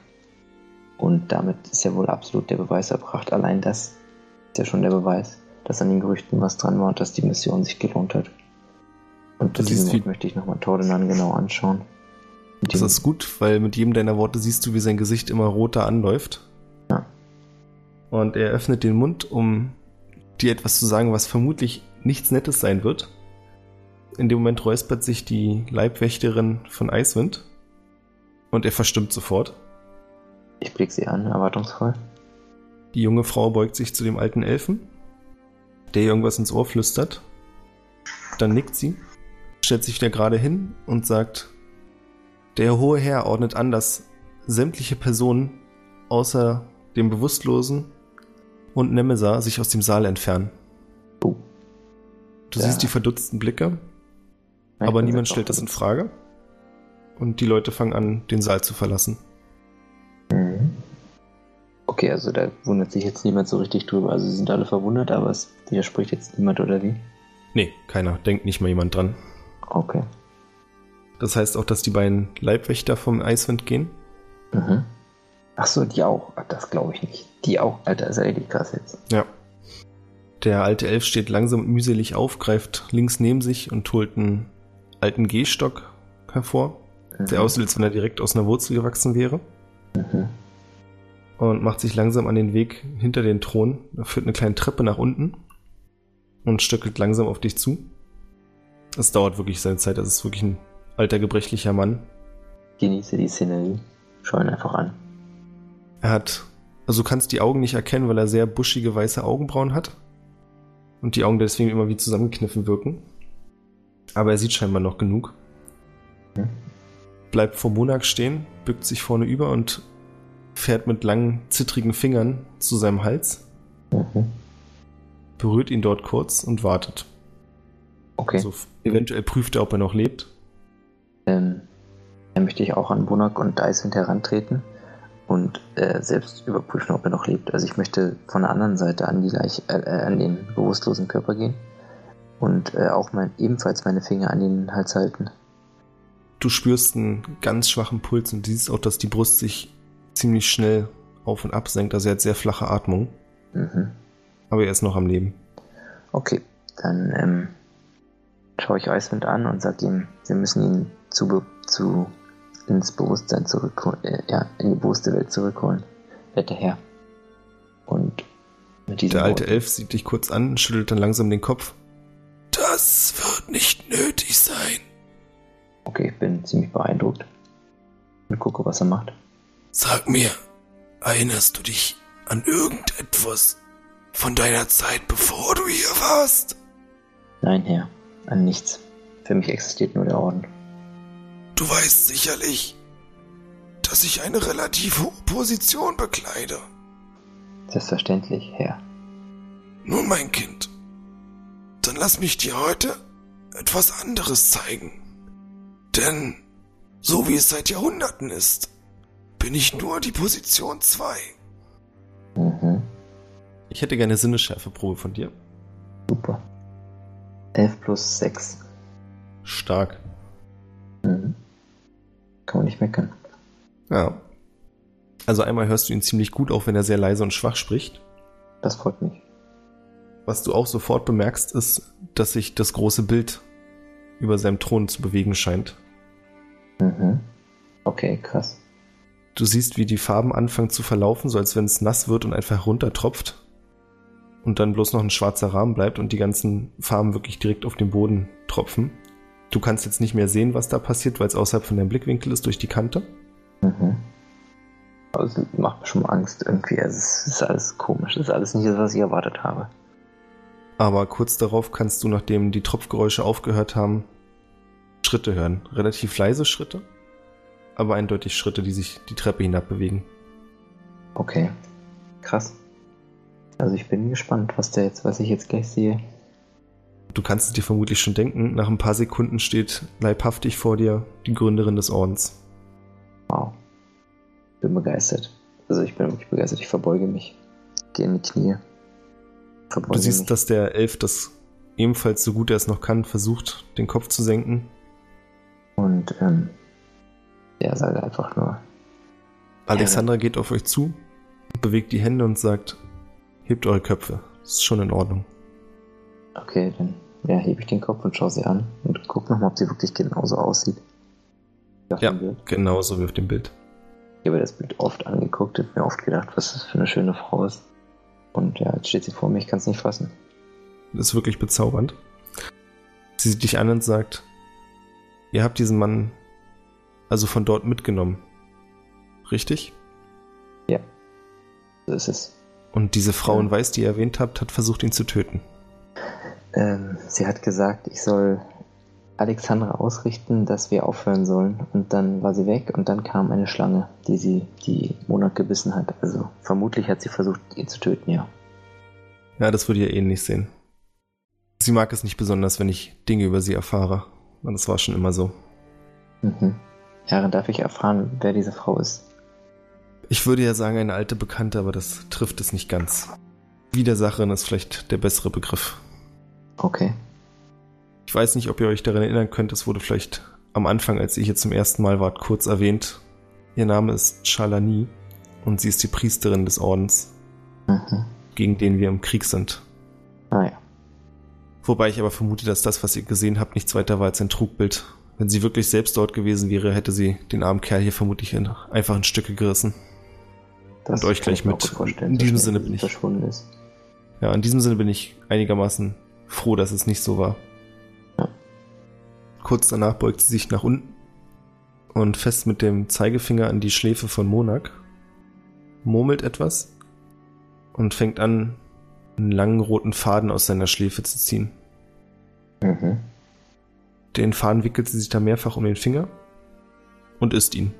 Und damit ist ja wohl absolut der Beweis erbracht. Allein das ist ja schon der Beweis, dass an den Gerüchten was dran war und dass die Mission sich gelohnt hat. Und zu diesem Wort möchte ich nochmal Tordenan genau anschauen. Das ist gut, weil mit jedem deiner Worte siehst du, wie sein Gesicht immer roter anläuft. Ja. Und er öffnet den Mund, um dir etwas zu sagen, was vermutlich nichts Nettes sein wird. In dem Moment räuspert sich die Leibwächterin von Eiswind. Und er verstimmt sofort. Ich blick sie an, erwartungsvoll. Die junge Frau beugt sich zu dem alten Elfen, der ihr irgendwas ins Ohr flüstert. Dann nickt sie, stellt sich wieder gerade hin und sagt, der hohe Herr ordnet an, dass sämtliche Personen außer dem Bewusstlosen und Nemesar sich aus dem Saal entfernen. Oh. Du Ja. siehst die verdutzten Blicke, Ich aber bin niemand selbst stellt auch das in verdutzt. Frage. Und die Leute fangen an, den Saal zu verlassen. Mhm. Okay, also da wundert sich jetzt niemand so richtig drüber. Also sie sind alle verwundert, aber es widerspricht jetzt niemand, oder wie? Nee, keiner. Denkt nicht mal jemand dran. Okay. Das heißt auch, dass die beiden Leibwächter vom Eiswind gehen. Mhm. Ach so, die auch. Ach, das glaube ich nicht. Die auch. Alter, ist ja richtig krass jetzt. Ja. Der alte Elf steht langsam und mühselig auf, greift links neben sich und holt einen alten Gehstock hervor, Mhm. der aussieht, als wenn er direkt aus einer Wurzel gewachsen wäre. Mhm. Und macht sich langsam an den Weg hinter den Thron. Er führt eine kleine Treppe nach unten und stöckelt langsam auf dich zu. Es dauert wirklich seine Zeit. Das ist wirklich ein alter, gebrechlicher Mann. Genieße die Szenerie. Schau ihn einfach an. Er hat, also du kannst die Augen nicht erkennen, weil er sehr buschige, weiße Augenbrauen hat. Und die Augen deswegen immer wie zusammengekniffen wirken. Aber er sieht scheinbar noch genug. Mhm. Bleibt vor Monak stehen, bückt sich vorne über und fährt mit langen, zittrigen Fingern zu seinem Hals, Mhm. berührt ihn dort kurz und wartet. Okay. Also eventuell prüft er, ob er noch lebt. Ähm, dann möchte ich auch an Bonak und Icewind herantreten und äh, selbst überprüfen, ob er noch lebt. Also ich möchte von der anderen Seite an die Leiche, äh, an den bewusstlosen Körper gehen und äh, auch mein, ebenfalls meine Finger an den Hals halten. Du spürst einen ganz schwachen Puls und siehst auch, dass die Brust sich ziemlich schnell auf und ab senkt. Also er hat sehr flache Atmung. Mhm. Aber er ist noch am Leben. Okay, dann ähm, schaue ich Icewind an und sage ihm, wir müssen ihn zu, be- zu ins Bewusstsein zurückholen, äh, ja, in die bewusste Welt zurückholen. Wette her. Und mit diesem Der alte Wort- Elf sieht dich kurz an, schüttelt dann langsam den Kopf. Das wird nicht nötig sein. Okay, ich bin ziemlich beeindruckt und gucke, was er macht. Sag mir, erinnerst du dich an irgendetwas von deiner Zeit, bevor du hier warst? Nein, Herr, an nichts. Für mich existiert nur der Orden. Du weißt sicherlich, dass ich eine relativ hohe Position bekleide. Selbstverständlich, Herr. Nun, mein Kind, dann lass mich dir heute etwas anderes zeigen. Denn, so wie es seit Jahrhunderten ist, bin ich nur die Position zwei. Mhm, Ich hätte gerne eine Sinnesschärfeprobe von dir. super. elf plus sechs. Stark. Mhm. Kann man nicht meckern. Ja. Also einmal hörst du ihn ziemlich gut, auch wenn er sehr leise und schwach spricht. Das freut mich. Was du auch sofort bemerkst, ist, dass sich das große Bild über seinem Thron zu bewegen scheint. Mhm. Okay, krass. Du siehst, wie die Farben anfangen zu verlaufen, so als wenn es nass wird und einfach runtertropft. Und dann bloß noch ein schwarzer Rahmen bleibt und die ganzen Farben wirklich direkt auf den Boden tropfen. Du kannst jetzt nicht mehr sehen, was da passiert, weil es außerhalb von deinem Blickwinkel ist, durch die Kante. Mhm. Also macht mir schon mal Angst irgendwie. Also es ist alles komisch. Es ist alles nicht das, was ich erwartet habe. Aber kurz darauf kannst du, nachdem die Tropfgeräusche aufgehört haben, Schritte hören. Relativ leise Schritte, aber eindeutig Schritte, die sich die Treppe hinab bewegen. Okay. Krass. Also ich bin gespannt, was der jetzt, was ich jetzt gleich sehe. Du kannst es dir vermutlich schon denken, nach ein paar Sekunden steht leibhaftig vor dir die Gründerin des Ordens. Wow. Bin begeistert. Also ich bin wirklich begeistert. Ich verbeuge mich. Gehe in die Knie. Verbeuge Du siehst, mich. dass der Elf das ebenfalls so gut er es noch kann, versucht, den Kopf zu senken. Und ähm, der sagt einfach nur, Alexandra geht auf euch zu, bewegt die Hände und sagt, hebt eure Köpfe, ist schon in Ordnung. okay, dann ja, hebe ich den Kopf und schaue sie an und gucke nochmal, ob sie wirklich genauso aussieht. Wie auf Ja, dem Bild. genauso wie auf dem Bild. Ich habe das Bild oft angeguckt und mir oft gedacht, was das für eine schöne Frau ist. Und ja, jetzt steht sie vor mir, ich kann es nicht fassen. Das ist wirklich bezaubernd. Sie sieht dich an und sagt, ihr habt diesen Mann also von dort mitgenommen. Richtig? Ja, so ist es. Und diese Frau in Weiß, die ihr erwähnt habt, hat versucht, ihn zu töten. Ähm, sie hat gesagt, ich soll Alexandra ausrichten, dass wir aufhören sollen. Und dann war sie weg und dann kam eine Schlange, die sie, die Monat gebissen hat. Also vermutlich hat sie versucht, ihn zu töten, ja. Ja, das würde ihr ähnlich sehen. Sie mag es nicht besonders, wenn ich Dinge über sie erfahre. Und das war schon immer so. Mhm. Herrin, darf ich erfahren, wer diese Frau ist? Ich würde ja sagen, eine alte Bekannte, aber das trifft es nicht ganz. Widersacherin ist vielleicht der bessere Begriff. Okay. Ich weiß nicht, ob ihr euch daran erinnern könnt, es wurde vielleicht am Anfang, als ihr hier zum ersten Mal wart, kurz erwähnt. Ihr Name ist Shalani und sie ist die Priesterin des Ordens, Mhm. gegen den wir im Krieg sind. Ah ja. Wobei ich aber vermute, dass das, was ihr gesehen habt, nichts weiter war als ein Trugbild. Wenn sie wirklich selbst dort gewesen wäre, hätte sie den armen Kerl hier vermutlich in, einfach in Stücke gerissen. Das Und euch kann gleich ich mir mit. auch gut vorstellen, In so diesem schnell Sinne sie bin ich. verschwunden ist. Ja, in diesem Sinne bin ich einigermaßen froh, dass es nicht so war. Ja. Kurz danach beugt sie sich nach unten und fest mit dem Zeigefinger an die Schläfe von Monak, murmelt etwas und fängt an, einen langen roten Faden aus seiner Schläfe zu ziehen. Mhm. Den Faden wickelt sie sich da mehrfach um den Finger und isst ihn.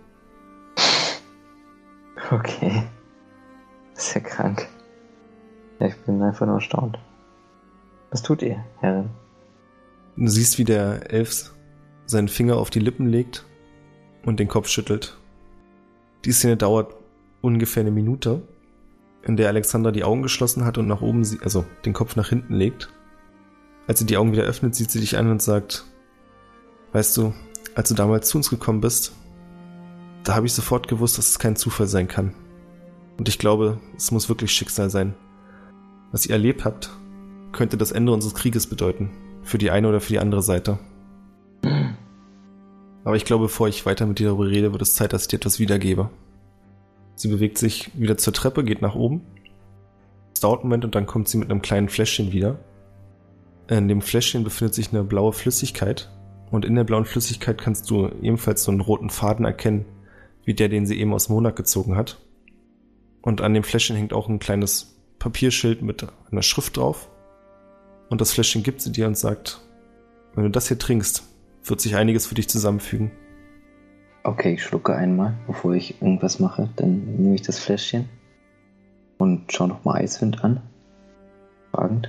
Okay. Das ist ja krank. Ja, ich bin einfach nur erstaunt. Was tut ihr, Herrin? Du siehst, wie der Elf seinen Finger auf die Lippen legt und den Kopf schüttelt. Die Szene dauert ungefähr eine Minute, in der Alexandra die Augen geschlossen hat und nach oben, sie- also den Kopf nach hinten legt. Als sie die Augen wieder öffnet, sieht sie dich an und sagt, weißt du, als du damals zu uns gekommen bist, da habe ich sofort gewusst, dass es kein Zufall sein kann. Und ich glaube, es muss wirklich Schicksal sein. Was ihr erlebt habt, könnte das Ende unseres Krieges bedeuten. Für die eine oder für die andere Seite. Aber ich glaube, bevor ich weiter mit dir darüber rede, wird es Zeit, dass ich dir etwas wiedergebe. Sie bewegt sich wieder zur Treppe, geht nach oben. Es dauert einen Moment und dann kommt sie mit einem kleinen Fläschchen wieder. In dem Fläschchen befindet sich eine blaue Flüssigkeit. Und in der blauen Flüssigkeit kannst du ebenfalls so einen roten Faden erkennen, wie der, den sie eben aus Monak gezogen hat. Und an dem Fläschchen hängt auch ein kleines Papierschild mit einer Schrift drauf. Und das Fläschchen gibt sie dir und sagt, wenn du das hier trinkst, wird sich einiges für dich zusammenfügen. Okay, ich schlucke einmal, bevor ich irgendwas mache. Dann nehme ich das Fläschchen und schaue nochmal Eiswind an. Fragend.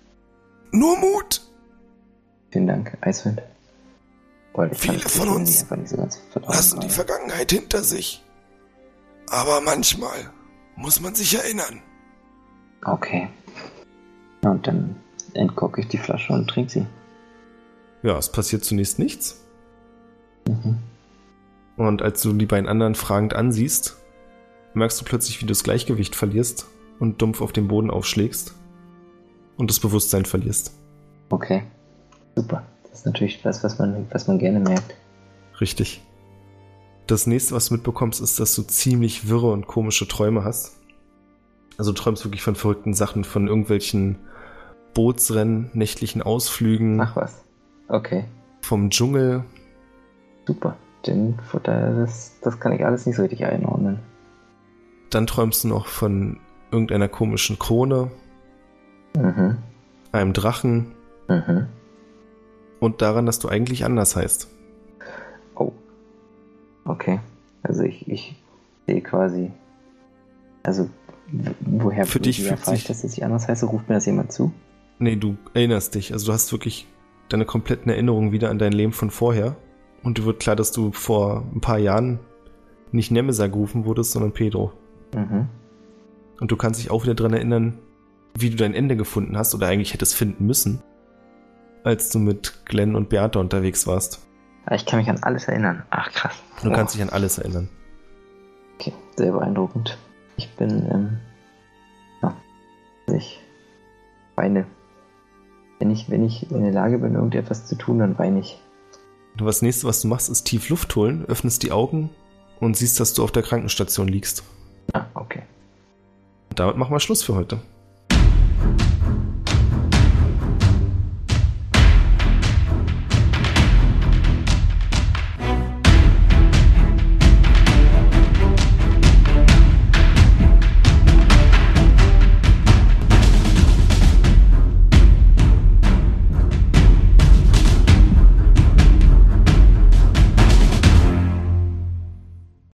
Nur Mut! Vielen Dank, Eiswind. Weil ich Viele kann von das uns einfach nicht so ganz vertrauen Lassen die gerade. Vergangenheit hinter sich. Aber manchmal muss man sich erinnern. Okay. Ja, und dann entkorke ich die Flasche und trinke sie. Ja, es passiert zunächst nichts. Mhm. Und als du die beiden anderen fragend ansiehst, merkst du plötzlich, wie du das Gleichgewicht verlierst und dumpf auf den Boden aufschlägst und das Bewusstsein verlierst. Okay. Super. Das ist natürlich was, was man, was man gerne merkt. Richtig. Das nächste, was du mitbekommst, ist, dass du ziemlich wirre und komische Träume hast. Also du träumst wirklich von verrückten Sachen, von irgendwelchen Bootsrennen, nächtlichen Ausflügen, Ach was. Okay. vom Dschungel. Super. Den Futter, das, das kann ich alles nicht so richtig einordnen. Dann träumst du noch von irgendeiner komischen Krone, Mhm. einem Drachen Mhm. und daran, dass du eigentlich anders heißt. Oh. Okay. Also ich, ich sehe quasi. Also, w- woher Für dich woher fühlt erfahre ich, sich- dass ich anders heiße? Ruft mir das jemand zu? Nee, du erinnerst dich. Also du hast wirklich deine kompletten Erinnerungen wieder an dein Leben von vorher. Und dir wird klar, dass du vor ein paar Jahren nicht Nemesa gerufen wurdest, sondern Pedro. Mhm. Und du kannst dich auch wieder daran erinnern, wie du dein Ende gefunden hast oder eigentlich hättest finden müssen, als du mit Glenn und Beata unterwegs warst. Ah, ich kann mich an alles erinnern. Ach, krass. Du Oh. kannst dich an alles erinnern. Okay, sehr beeindruckend. Ich bin, ähm, ja, ich weine. Wenn ich, wenn ich in der Lage bin, irgendetwas zu tun, dann weine ich. Und das nächste, was du machst, ist tief Luft holen, öffnest die Augen und siehst, dass du auf der Krankenstation liegst. Ah, okay. Und damit machen wir Schluss für heute.